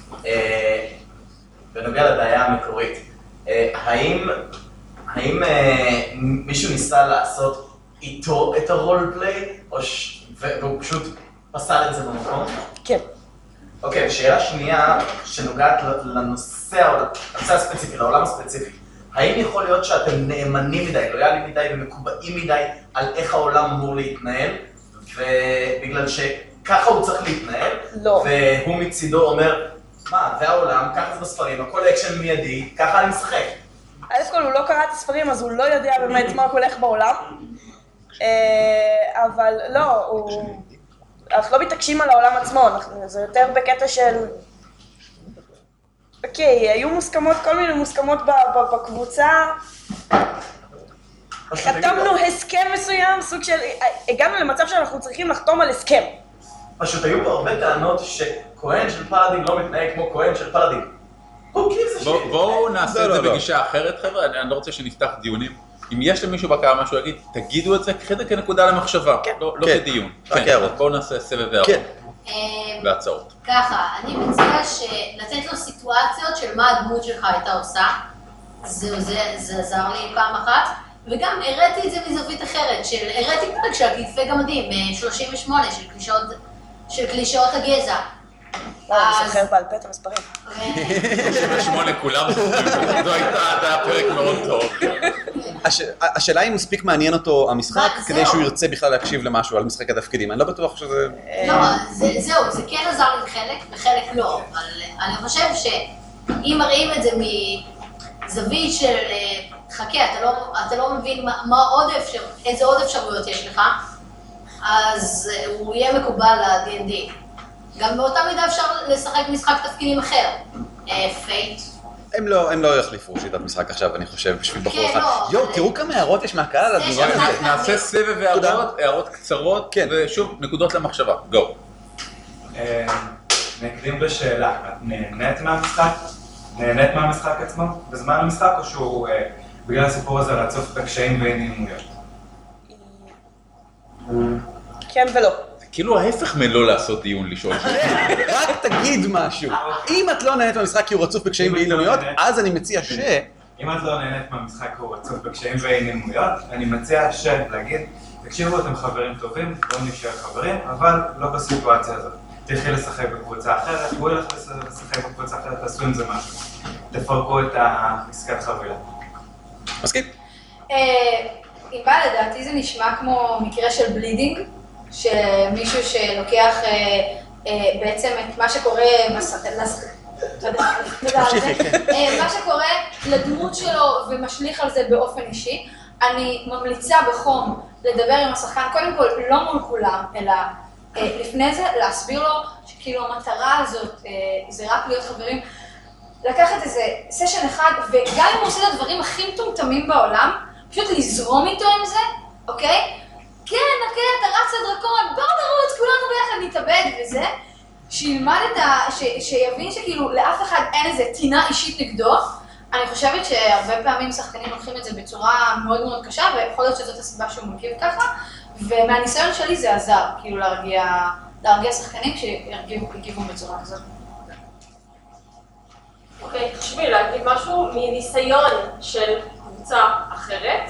האם מישהו ניסה לעשות איתו את הרול פליי, והוא פשוט פסל את זה במקום? כן. אוקיי, שאלה שנייה שנוגעת לנושא הספציפי, לעולם הספציפי. האם יכול להיות שאתם נאמנים מדי, לויאליים מדי ומקובעים מדי על איך העולם אמור להתנהל, ובגלל שככה הוא צריך להתנהל, לא. והוא מצידו אומר, מה, זה העולם, ככה זה בספרים, הכל אקשן מיידי, ככה אני משחק. אלף כל, הוא לא קרא את הספרים, אז הוא לא יודע באמת מה הולך בעולם. אבל לא, אנחנו לא מתעקשים על העולם עצמו, זה יותר בקטע של... אוקיי, היו מוסכמות, כל מיני מוסכמות בקבוצה. חתמנו הסכם מסוים, סוג של... הגענו למצב שאנחנו צריכים לחתום על הסכם. פשוט היו פה הרבה טענות שכהן של פלאדין לא מתנהג כמו כהן של פלאדין. בואו נעשה את זה בגישה אחרת, חבר'ה, אני לא רוצה שנפתח דיונים. אם יש למישהו בקהל משהו להגיד, תגידו את זה, קחי את זה כנקודה למחשבה, לא כדיון. בואו נעשה סבב הערות והצעות. ככה, אני מציעה לתת לו סיטואציות של מה הדמות שלך הייתה עושה. זה עזר לי פעם אחת. וגם הראיתי את זה מזווית אחרת, הראיתי פרק של כתפי גמדים, 38 של קלישאות הגזע. לא, אני זוכר בעל פה את המספרים. 38 כולם זוכרים, זו הייתה פרק מאוד טוב. השאלה היא מספיק מעניין אותו המשחק, כדי שהוא ירצה בכלל להקשיב למשהו על משחק התפקידים. אני לא בטוח שזה... לא, זהו, זה כן עזר לי בחלק, בחלק לא. אבל אני חושב שאם מראים את זה מזווית של... חכה, אתה לא מבין איזה עוד אפשרויות יש לך, אז הוא יהיה מקובל ל-D&D. גם באותה מידה אפשר לשחק משחק תפקידים אחר. פייט. הם לא יחליפו שיטת משחק עכשיו, אני חושב, בשביל בחור אחד. לא. יואו, תראו כמה הערות יש מהקהל על הדבר הזה. נעשה סבב הערות קצרות, ושוב, נקודות למחשבה. גו. נקדים בשאלה, את נהנית מהמשחק? נהנית מהמשחק עצמו בזמן המשחק, או שהוא בגלל הסיפור הזה רצוף בקשיים ואי-נעימויות? כן ולא. כאילו ההפך מלא לעשות דיון לשאול. רק תגיד משהו. אם את לא נהנית מהמשחק כי הוא רצוף בקשיים ואי-נעימויות, אז אני מציע אם את לא נהנית מהמשחק כי הוא רצוף בקשיים ואי-נעימויות, אני מציע להגיד, תקשיבו, אתם חברים טובים, בואו נשאר חברים, אבל לא בסיטואציה הזאת. תלכי לשחק בקבוצה אחרת, בואי לך לשחק בקבוצה אחרת, תעשו עם זה משהו. תפרקו את העסקת חבילה. מסכים? אם בא לדעתי זה נשמע כמו מקרה של בלידינג, שמישהו שלוקח בעצם את מה שקורה, תודה על זה, מה שקורה לדמות שלו ומשליך על זה באופן אישי. אני ממליצה בחום לדבר עם השחקן, קודם כל לא מול כולם, אלא לפני זה להסביר לו שכאילו המטרה הזאת זה רק להיות חברים, לקחת איזה סשן אחד, וגם אם הוא עושה את הדברים הכי מטומטמים בעולם, פשוט לזרום איתו עם זה, אוקיי? כן, אוקיי, אתה רץ לדרקון, בואו נרוץ, כולנו ביחד נתאבד וזה, שילמד שיבין שכאילו לאף אחד אין איזה טינה אישית נגדו. אני חושבת שהרבה פעמים שחקנים לוקחים את זה בצורה מאוד מאוד קשה, ויכול להיות שזאת הסיבה שהוא מגיב ככה, ומהניסיון שלי זה עזר, כאילו להרגיע שחקנים שיגיבו בצורה כזאת. אוקיי, חשבי להגיד משהו מניסיון של קבוצה אחרת.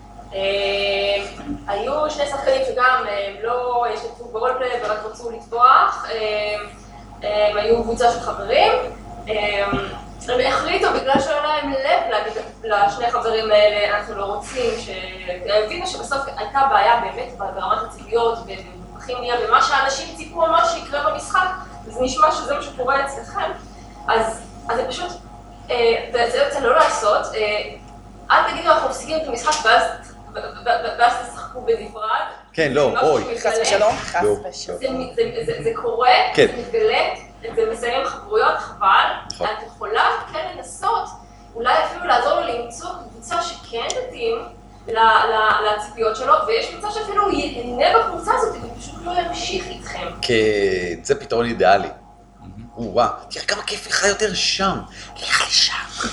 היו שני שחקנים שגם לא השתתפו ברולפליי ורק רצו לטבוח, הם היו קבוצה של חברים, הם החליטו בגלל שלא להם לב להגיד לשני חברים האלה, אנחנו לא רוצים, הבינו שבסוף הייתה בעיה באמת ברמת הציפיות ובכימיה ומה שאנשים ציפו ממש שיקרה במשחק, וזה נשמע שזה מה שקורה אצלכם, אז זה פשוט, זה לא לעשות, אל תגידו אנחנו מפסיקים את המשחק ואז תשחקו בנפרד. כן, לא, אוי. חס ושלום, חס ושלום. זה קורה, זה מתגלה, זה מסיים חברויות, חבל. את יכולה כן לנסות, אולי אפילו לעזור לו למצוא קבוצה שכן תתאים לציפיות שלו, ויש קבוצה שאפילו הוא ייהנה בקבוצה הזאת, ופשוט לא ימשיך איתכם. כן, זה פתרון אידיאלי. וואו, תראה כמה כיף לך יותר שם. לך לשם.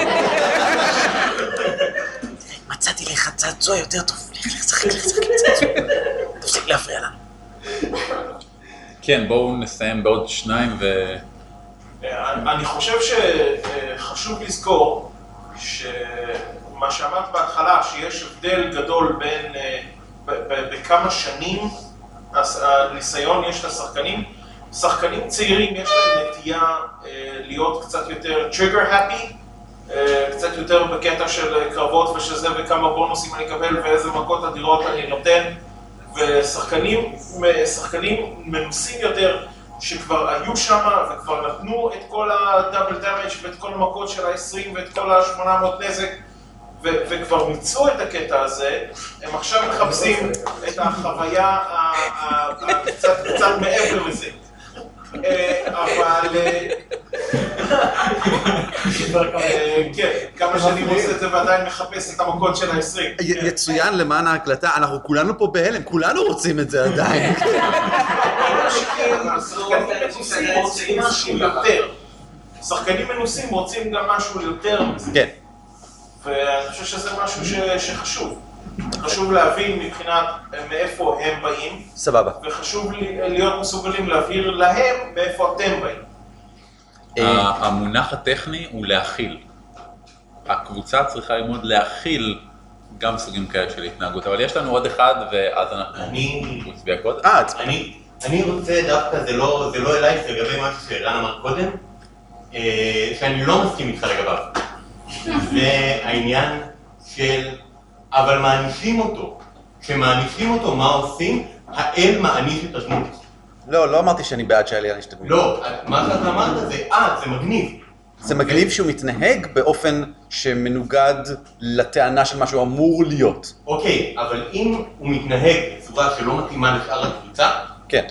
מצאתי לך צעצוע יותר טוב. לך שחק. תפסיק להפריע לנו. כן, בואו נסיים בעוד שניים אני חושב שחשוב לזכור שמה שאמרת בהתחלה, שיש הבדל גדול בין בכמה שנים הניסיון יש לשחקנים. שחקנים צעירים יש להם נטייה להיות קצת יותר trigger happy, קצת יותר בקטע של קרבות ושזה וכמה בונוסים אני אקבל ואיזה מכות אדירות אני נותן, ושחקנים מנוסים יותר שכבר היו שם וכבר נתנו את כל הדאבל דאמג' ואת כל המכות של ה-20 ואת כל ה-800 נזק וכבר מיצו את הקטע הזה, הם עכשיו מחפשים את החוויה קצת מעבר לזה. אבל כן, כמה שנים עושה את זה ועדיין מחפש את המכות של ה-20. יצוין למען ההקלטה, אנחנו כולנו פה בהלם, כולנו רוצים את זה עדיין. שחקנים מנוסים רוצים גם משהו יותר מזה. כן. ואני חושב שזה משהו שחשוב. חשוב להבין מבחינת מאיפה הם באים. סבבה. וחשוב להיות מסוגלים להבהיר להם מאיפה אתם באים. המונח הטכני הוא להכיל. הקבוצה צריכה ללמוד להכיל גם סוגים כאלה של התנהגות, אבל יש לנו עוד אחד ואז אנחנו נצביע קודם. אני רוצה דווקא, זה לא אליי, זה לגבי משהו שרן אמר קודם, שאני לא מסכים איתך לגביו. זה העניין של, אבל מענישים אותו. כשמענישים אותו, מה עושים? האל מעניש את הדמות. לא אמרתי שאני בעד שהאל יעניש את הדמות. לא, מה שאתה אמרת זה מגניב. זה מגניב שהוא מתנהג באופן שמנוגד לטענה של מה שהוא אמור להיות. אוקיי, אבל אם הוא מתנהג בצורה שלא מתאימה לשאר הקבוצה, כן.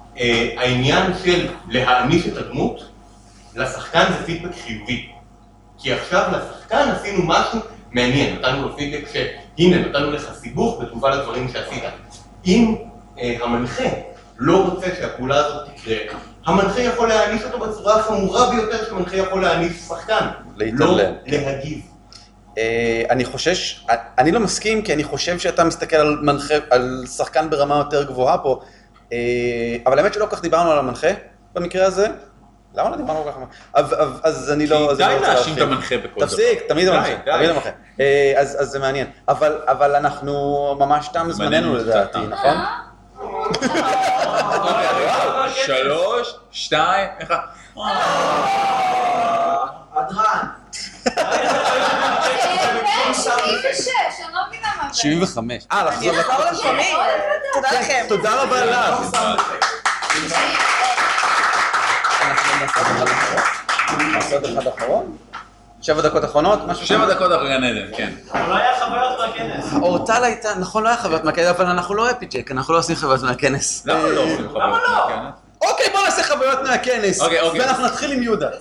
העניין של להעניש את הדמות, לשחקן זה פידבק חיובי. כי עכשיו לשחקן עשינו משהו מעניין, נתנו לו פידבק שהנה, נתנו לך סיבוך בתגובה לדברים שעשית. אם המנחה לא רוצה שהפעולה הזאת תקרה, המנחה יכול להעניש אותו בצורה החמורה ביותר שמנחה יכול להעניש שחקן, לא להגיב. אני לא מסכים, כי אני חושב שאתה מסתכל על שחקן ברמה יותר גבוהה פה, אבל האמת שלא כך דיברנו על המנחה במקרה הזה. למה לא דיברנו כל כך? אז אני לא... כי די להאשים את המנחה בכל דבר. תפסיק, תמיד המנחה. אז זה מעניין. אבל אנחנו ממש תם זמננו לדעתי, נכון? 3, 2, 1. אדרן. 76, אני לא מבינה מה זה. 75. אני אחזור לשומעים. תודה לכם. תודה רבה לך. נעשה עוד אחד אחרון? 7 דקות אחרונות? 7 דקות אחרי גן עדן, כן. אבל לא היה חוויות מהכנס. אורטל הייתה, נכון, לא היה חוויות מהכנס, אבל אנחנו לא אפיג'ק, אנחנו לא עושים חוויות מהכנס. למה לא עושים חוויות מהכנס? אוקיי, בוא נעשה חוויות מהכנס. ואנחנו נתחיל עם יהודה.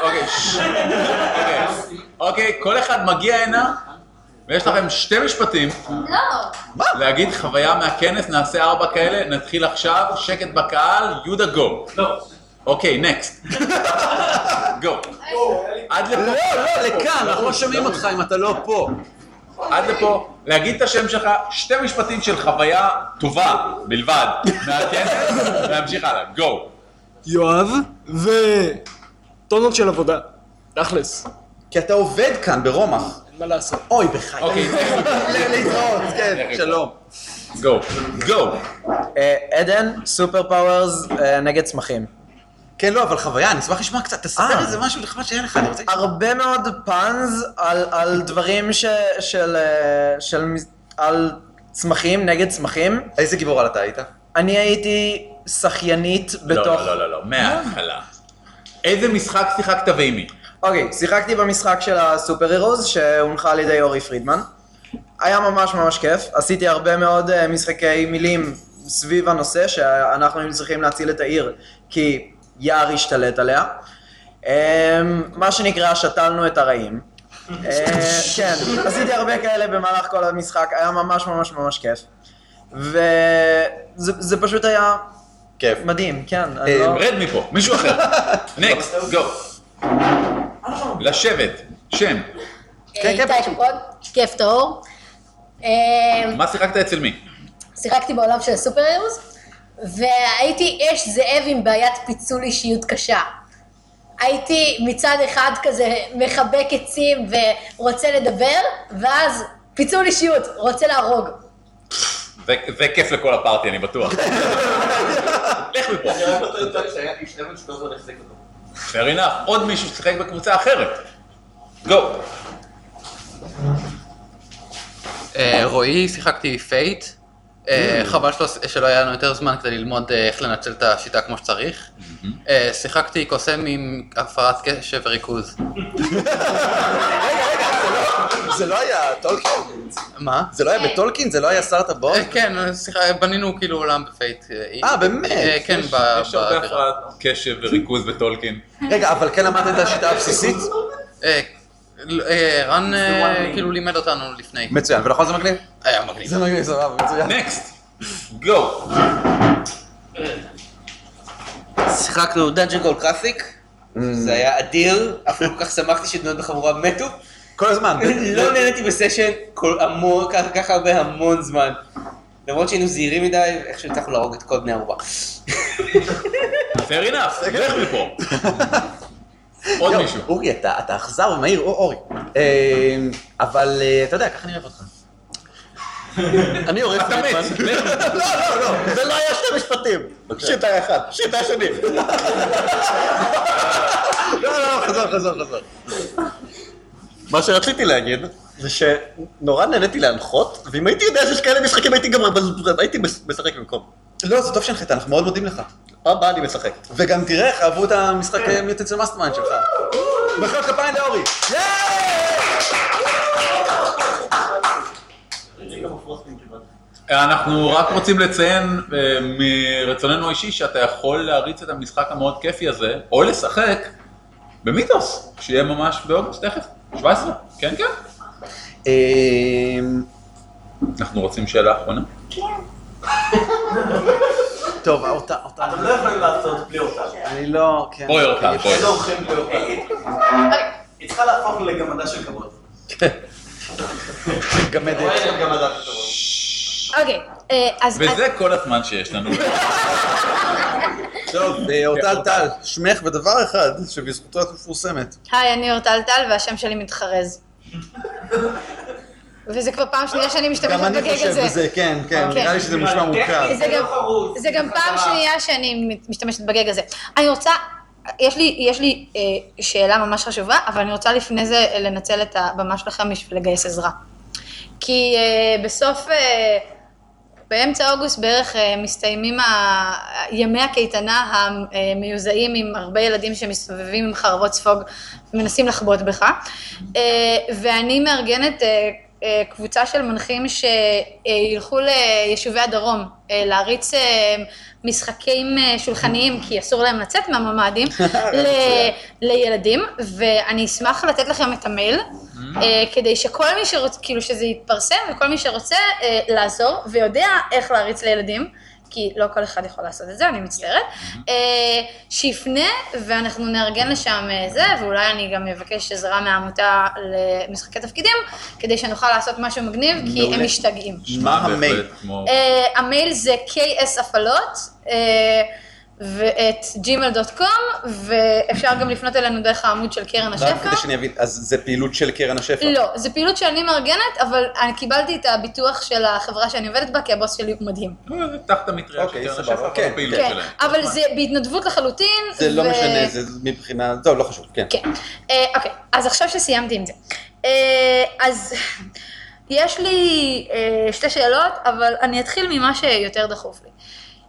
אוקיי, כל אחד מגיע הנה, ויש לכם 2 משפטים. לא. להגיד חוויה מהכנס, נעשה 4 כאלה, נתחיל עכשיו, שקט בקהל, יהודה גו. לא. אוקיי, נקסט. גו. עד לפה. לא, לכאן, אנחנו לא שומעים אותך אם אתה לא פה. עד לפה, להגיד את השם שלך, 2 משפטים של חוויה טובה בלבד מהכנס, להמשיך הלאה, גו. יואב וטונות של עבודה, תכלס. כי אתה עובד כאן ברומח. אין מה לעשות. אוי, בחיי. אוקיי. להתראות, כן, שלום. גו. גו. עדן, סופר פאוורס נגד צמחים. כן, לא, אבל חוויה, אני אשמח לשמוע קצת, תספר איזה משהו לכבוד שיהיה לך, אני רוצה... הרבה מאוד פאנז על דברים על צמחים נגד צמחים. איזה גיבור על אתה היית? אני הייתי שחיינית בתוך... לא, מההתחלה. איזה משחק שיחקת ועם מי? אוקיי, שיחקתי במשחק של הסופר הירוז שהונחה על ידי אורי פרידמן. היה ממש ממש כיף, עשיתי הרבה מאוד משחקי מילים סביב הנושא שאנחנו היינו צריכים להציל את העיר כי יער השתלט עליה. מה שנקרא שתלנו את הרעים. כן, עשיתי הרבה כאלה במהלך כל המשחק, היה ממש ממש ממש כיף. וזה פשוט היה כיף. מדהים, כן. רד מפה, מישהו אחר. נקסט, גו. לשבת, שם. איתי שקוד, כיף טהור. מה שיחקת אצל מי? שיחקתי בעולם של הסופר הירוז, והייתי אש זאב עם בעיית פיצול אישיות קשה. הייתי מצד אחד כזה מחבק עצים ורוצה לדבר, ואז פיצול אישיות, רוצה להרוג. זה כיף לכל הפארטי, אני בטוח. לך מפה. אני רק רוצה לדעת שהיה איש אבן שלא זו נחזק אותו. fair enough, עוד מישהו ששיחק בקבוצה אחרת. גו. רועי, שיחקתי פייט. חבל שלא היה לנו יותר זמן כדי ללמוד איך לנצל את השיטה כמו שצריך. שיחקתי קוסם עם הפרעת קשב וריכוז. זה לא היה טולקין? מה? זה לא היה בטולקין? זה לא היה סטארט-אפ בורד? כן, בנינו כאילו עולם בפייט. באמת? כן, יש הרבה הפרעת קשב וריכוז בטולקין. רגע, אבל כן למדת את השיטה הבסיסית? רן כאילו לימד אותנו לפני. מצוין, ולכן זה מגניב? היה מגניב. זה מגניב, סבבה, מצוין. נקסט, גו. שיחקנו דאנג'ן קול קלאסיק, זה היה אדיר, אף כל כך שמחתי שדמויות בחבורה מתו. כל הזמן. לא נהניתי בסשן ככה הרבה המון זמן. למרות שהיינו זהירים מדי, איכשהו הצלחנו להרוג את כל בני ערובה. fair enough, לך מפה. עוד מישהו. אורי, אתה אכזר ומהיר, אורי. אבל אתה יודע, ככה אני אוהב אותך. אני אורי פרידמן. לא, זה לא היה 2 משפטים. שיטה אחד, שיטה שני. לא, חזור. מה שרציתי להגיד זה שנורא נהניתי להנחות, ואם הייתי יודע שיש כאלה משחקים הייתי משחק במקום. לא, זה טוב שהנחית, אנחנו מאוד מודים לך. בא לי משחק. וגם תראה איך אהבו את המשחק מיוטנס מאסטרמיינד שלך. מחיאות כפיים לאורי. אנחנו רק רוצים לציין מרצוננו האישי שאתה יכול להריץ את המשחק המאוד כיפי הזה, או לשחק במיתוס, שיהיה ממש באוגוסט תכף. 17, כן, כן. אנחנו רוצים שאלה אחרונה? טוב, אותה. אתם לא יכולים לעשות בלי אותה. אני לא, כן. בואי אותה, בואי. איזה אורחים בלי אותה. היא צריכה להפוך לגמדה של כבוד. גמדת. גמדה של כבוד. אוקיי, אז... וזה כל הזמן שיש לנו. טוב, אורטל טל, שמך בדבר אחד שבזכותו את מפורסמת. היי, אני אורטל טל והשם שלי מתחרז. וזה כבר פעם שנייה שאני משתמשת בגג הזה. גם אני חושב בזה, כן, נראה לי שזה מושמע מוכר. זה גם פעם שנייה שאני משתמשת בגג הזה. אני רוצה, יש לי שאלה ממש חשובה, אבל אני רוצה לפני זה לנצל את הבמה שלכם בשביל לגייס עזרה. כי בסוף, באמצע אוגוסט בערך מסתיימים ימי הקייטנה המיוזעים עם הרבה ילדים שמסתובבים עם חרבות ספוג ומנסים לחבוט בך. ואני מארגנת קבוצה של מנחים שילכו ליישובי הדרום להריץ משחקים שולחניים, כי אסור להם לצאת מהממ"דים, לילדים, ואני אשמח לתת לכם את המייל, כדי שכל מי שרוצה, כאילו שזה יתפרסם, וכל מי שרוצה לעזור ויודע איך להריץ לילדים, כי לא כל אחד יכול לעשות את זה, אני מצטערת, שיפנה ואנחנו נארגן לשם זה, ואולי אני גם אבקש עזרה מהעמותה למשחקי תפקידים, כדי שנוכל לעשות משהו מגניב, כי הם משתגעים. מה המייל? המייל זה ksapalot, ואת gmail.com, ואפשר גם לפנות אלינו דרך העמוד של קרן השפע. רק כדי שאני אבין, אז זה פעילות של קרן השפע? לא, זה פעילות שאני מארגנת, אבל אני קיבלתי את הביטוח של החברה שאני עובדת בה, כי הבוס שלי הוא מדהים. זה תחת המטריה של קרן השפע, כל הפעילות שלהם. אבל זה בהתנדבות לחלוטין. זה לא משנה, זה מבחינה, טוב, לא חשוב, כן. כן, אוקיי, אז עכשיו שסיימתי עם זה. אז יש לי שתי שאלות, אבל אני אתחיל ממה שיותר דחוף לי.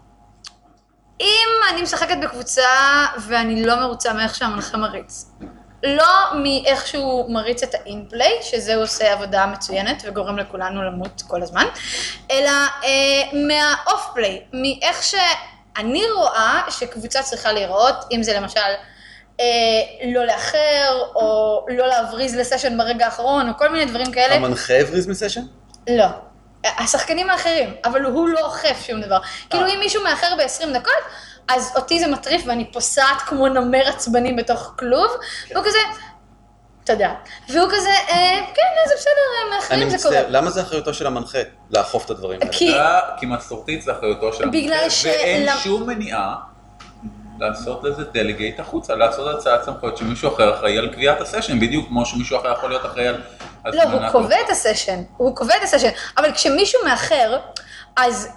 אם אני משחקת בקבוצה ואני לא מרוצה מאיך שהמנחה מריץ, לא מאיך שהוא מריץ את האינפליי, שזה עושה עבודה מצוינת וגורם לכולנו למות כל הזמן, אלא מהאוף-פליי, מאיך שאני רואה שקבוצה צריכה להיראות, אם זה למשל לא לאחר, או לא להבריז לסשן ברגע האחרון, או כל מיני דברים כאלה. המנחה הבריז מסשן? לא. השחקנים האחרים, אבל הוא לא אוכף שום דבר. כאילו אם מישהו מאחר ב-20 דקות, אז אותי זה מטריף ואני פוסעת כמו נמר עצבני בתוך כלוב, והוא כזה, תודה. והוא כזה, כן, זה בסדר, מאחרים זה קורה. למה זה אחריותו של המנחה לאכוף את הדברים האלה? כי מסורתית זה אחריותו של המנחה, ואין שום מניעה לעשות לזה דליגייט החוצה, לעשות הצעת סמכויות שמישהו אחר אחראי על קביעת הסשן, בדיוק כמו שמישהו אחר יכול להיות אחראי על... לא, הוא קובע את הסשן, אבל כשמישהו מאחר, אז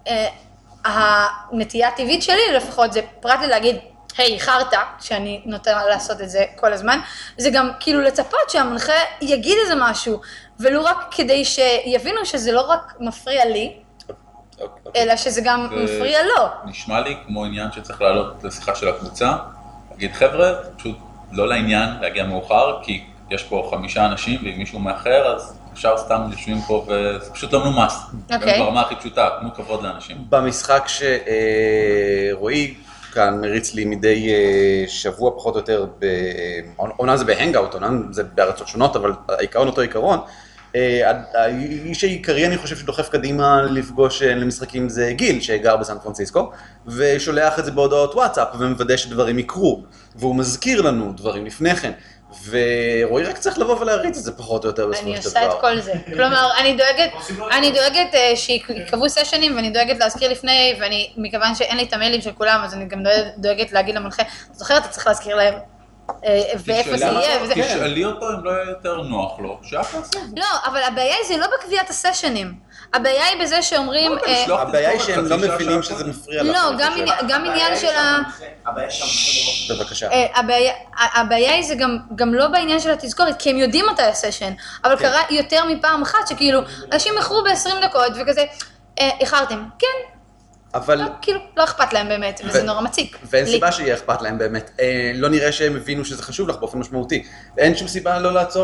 הנטייה הטבעית שלי לפחות זה פרט להגיד, היי, איחרת, שאני נוטה לעשות את זה כל הזמן, זה גם כאילו לצפות שהמנחה יגיד איזה משהו, ולא רק כדי שיבינו שזה לא רק מפריע לי, אלא שזה גם מפריע לו. נשמע לי כמו עניין שצריך לעלות לשיחה של הקבוצה, להגיד חבר'ה, פשוט לא לעניין להגיע מאוחר, כי יש פה 5 אנשים, ואם מישהו מאחר, אז אפשר סתם יושבים פה, וזה פשוט לא מנומס. ברמה הכי פשוטה, תנו כבוד לאנשים. במשחק שרועי כאן מריץ לי מדי שבוע פחות או יותר, אומנם זה בהנגאוט, אומנם זה בארצות שונות, אבל העיקרון אותו עיקרון, האיש העיקרי אני חושב שדוחף קדימה לפגוש למשחקים זה גיל שגר בסן פרנסיסקו ושולח את זה בהודעות וואטסאפ ומוודא שדברים יקרו והוא מזכיר לנו דברים לפני כן ורועי רק צריך לבוא ולהריץ את זה פחות או יותר בסופו של דבר. אני עושה את כל זה, כלומר אני דואגת שיקבעו סשנים ואני דואגת להזכיר לפני ואני מכיוון שאין לי את המיילים של כולם אז אני גם דואגת להגיד למנחה, זוכרת אתה צריך להזכיר להם ואיפה זה יהיה. תשאלי אותו אם לא יהיה יותר נוח לו, שאף לעשות. לא, אבל הבעיה היא זה לא בקביעת הסשנים. הבעיה היא בזה שאומרים... הבעיה היא שהם לא מבינים שזה מפריע לך. לא, גם עניין של ה... בבקשה. הבעיה היא זה גם לא בעניין של התזכורת, כי הם יודעים מתי הסשן, אבל קרה יותר מפעם אחת שכאילו, אנשים איחרו ב-20 דקות וכזה, איחרתם, כן. אבל... כאילו, לא אכפת להם באמת, וזה נורא מציק. ואין סיבה שיהיה אכפת להם באמת. לא נראה שהם הבינו שזה חשוב לך באופן משמעותי. ואין שום סיבה לא לעצור.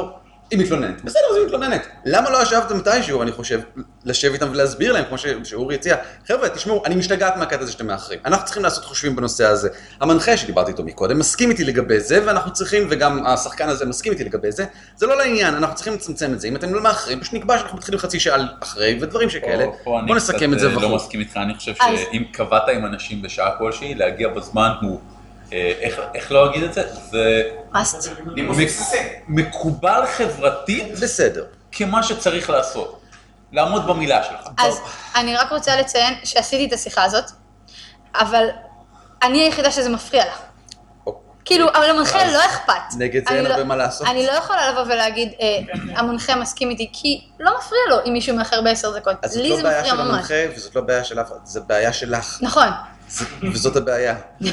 היא מתלוננת. בסדר, אז היא מתלוננת. למה לא ישבתם מתישהו, אני חושב, לשב איתם ולהסביר להם, כמו שאורי הציע, חבר'ה, תשמעו, אני משתגעת מהקטע הזה שאתם מאחרים. אנחנו צריכים לעשות חושבים בנושא הזה. המנחה שדיברתי איתו מקודם, מסכים איתי לגבי זה, ואנחנו צריכים, וגם השחקן הזה מסכים איתי לגבי זה. זה לא לעניין, אנחנו צריכים לצמצם את זה. אם אתם לא מאחרים, פשוט נקבע שאנחנו מתחילים חצי שעה אחרי, ודברים שכאלה. בוא נסכם את זה אני לא מסכים איתך, אני חושב שאם קבעת עם אנשים בשעה כלשהי, להגיע בזמן הוא, איך לא אגיד את זה? זה מקובל חברתית בסדר. כמה שצריך לעשות. לעמוד במילה שלך. אז אני רק רוצה לציין שעשיתי את השיחה הזאת, אבל אני היחידה שזה מפריע לה. כאילו, אבל המנחה לא אכפת. נגד זה אין הרבה מה לעשות. אני לא יכולה לבוא ולהגיד, המנחה מסכים איתי, כי לא מפריע לו אם מישהו מאחר ב10 דקות. לי זה מפריע ממש. אז זאת לא בעיה של המנחה, וזאת לא בעיה של אף, זה בעיה שלך. נכון. וזאת הבעיה.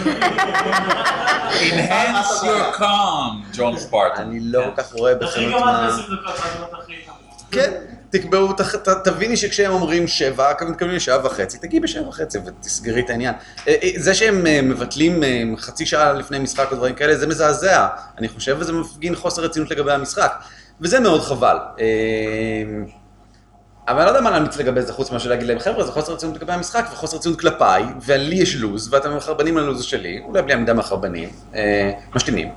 Enhance your calm, ג'ון ספארטן. אני לא כל כך רואה בכנות מה... כן, תקבעו, תביני שכשהם אומרים 7, מתכוונים ל7:30, תגיעי ב7:30 ותסגרי את העניין. זה שהם מבטלים חצי שעה לפני משחק או דברים כאלה, זה מזעזע. אני חושב וזה מפגין חוסר רצינות לגבי המשחק. וזה מאוד חבל. אבל אני לא יודע מה להמליץ לגבי זה חוץ מאשר להגיד להם, חבר'ה, זה חוסר רצינות לגבי המשחק וחוסר רצינות כלפיי, ולי יש לוז, ואתם מחרבנים ללוז שלי, אולי בלי עמידה מחרבנים, משתינים.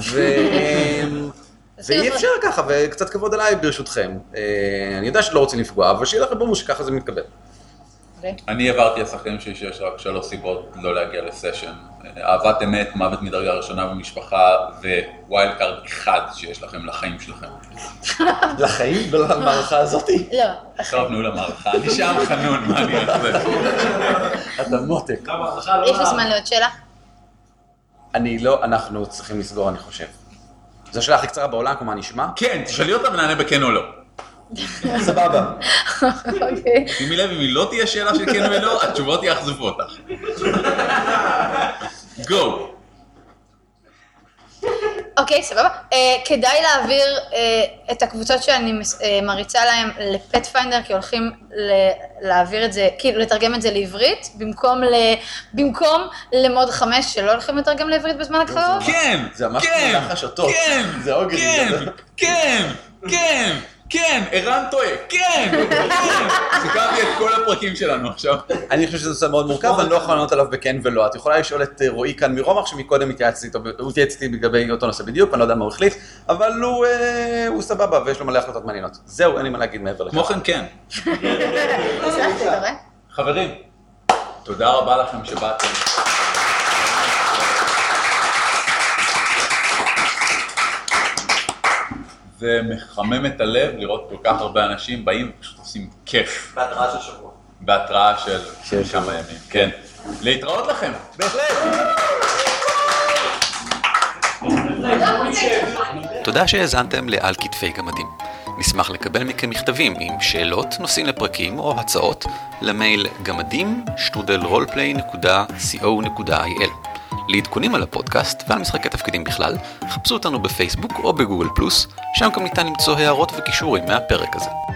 ואי אפשר ככה, וקצת כבוד עליי ברשותכם. אני יודע שלא רוצים לפגוע, אבל שיהיה לכם ברור שככה זה מתקבל. אני עברתי לשחקנים שיש רק 3 סיבות לא להגיע לסשן. אהבת אמת, מוות מדרגה ראשונה במשפחה, וויילד קארד אחד שיש לכם לחיים שלכם. לחיים? ולא למערכה הזאתי? לא. קרבנו למערכה, אני שם חנון, מה אני אעשה? אתה מותק. יש לי זמן לעוד שאלה? אני לא, אנחנו צריכים לסגור, אני חושב. זו השאלה הכי קצרה בעולם, כמו מה נשמע? כן, תשאלי אותה ונענה בכן או לא. סבבה. אוקיי. שימי לב, אם היא לא תהיה שאלה של כן ולא, התשובות יאכזבו אותך. גו. אוקיי, סבבה. כדאי להעביר את הקבוצות שאני מריצה להם לפטפיינדר, כי הולכים להעביר את זה, כאילו לתרגם את זה לעברית, במקום למוד 5 שלא הולכים לתרגם לעברית בזמן הקרוב. כן, זה ממש כמו לחשותות. זה אוגר. כן, ערן טועה, כן. סיכמתי את כל הפרקים שלנו עכשיו. אני חושב שזה נושא מאוד מורכב, ואני לא יכול לענות עליו בכן ולא. את יכולה לשאול את רועי כאן מרומח, שמקודם התייעץ איתי לגבי אותו נושא בדיוק, אני לא יודע מה הוא החליט, אבל הוא סבבה ויש לו מלא החלטות מעניינות. זהו, אין לי מה להגיד מעבר לכך. כמו כן, כן. חברים, תודה רבה לכם שבאתם. זה מחמם את הלב לראות כל כך הרבה אנשים באים ופשוט עושים כיף. בהתראה של שבוע. בהתראה של כמה ימים, כן. להתראות לכם. בהחלט. תודה שהאזנתם לעל כתפי גמדים. נשמח לקבל מכם מכתבים עם שאלות, נושאים לפרקים או הצעות למייל gamadim@roleplay.co.il. לעדכונים על הפודקאסט ועל משחקי תפקידים בכלל, חפשו אותנו בפייסבוק או בגוגל פלוס, שם גם ניתן למצוא הערות וקישורים מהפרק הזה.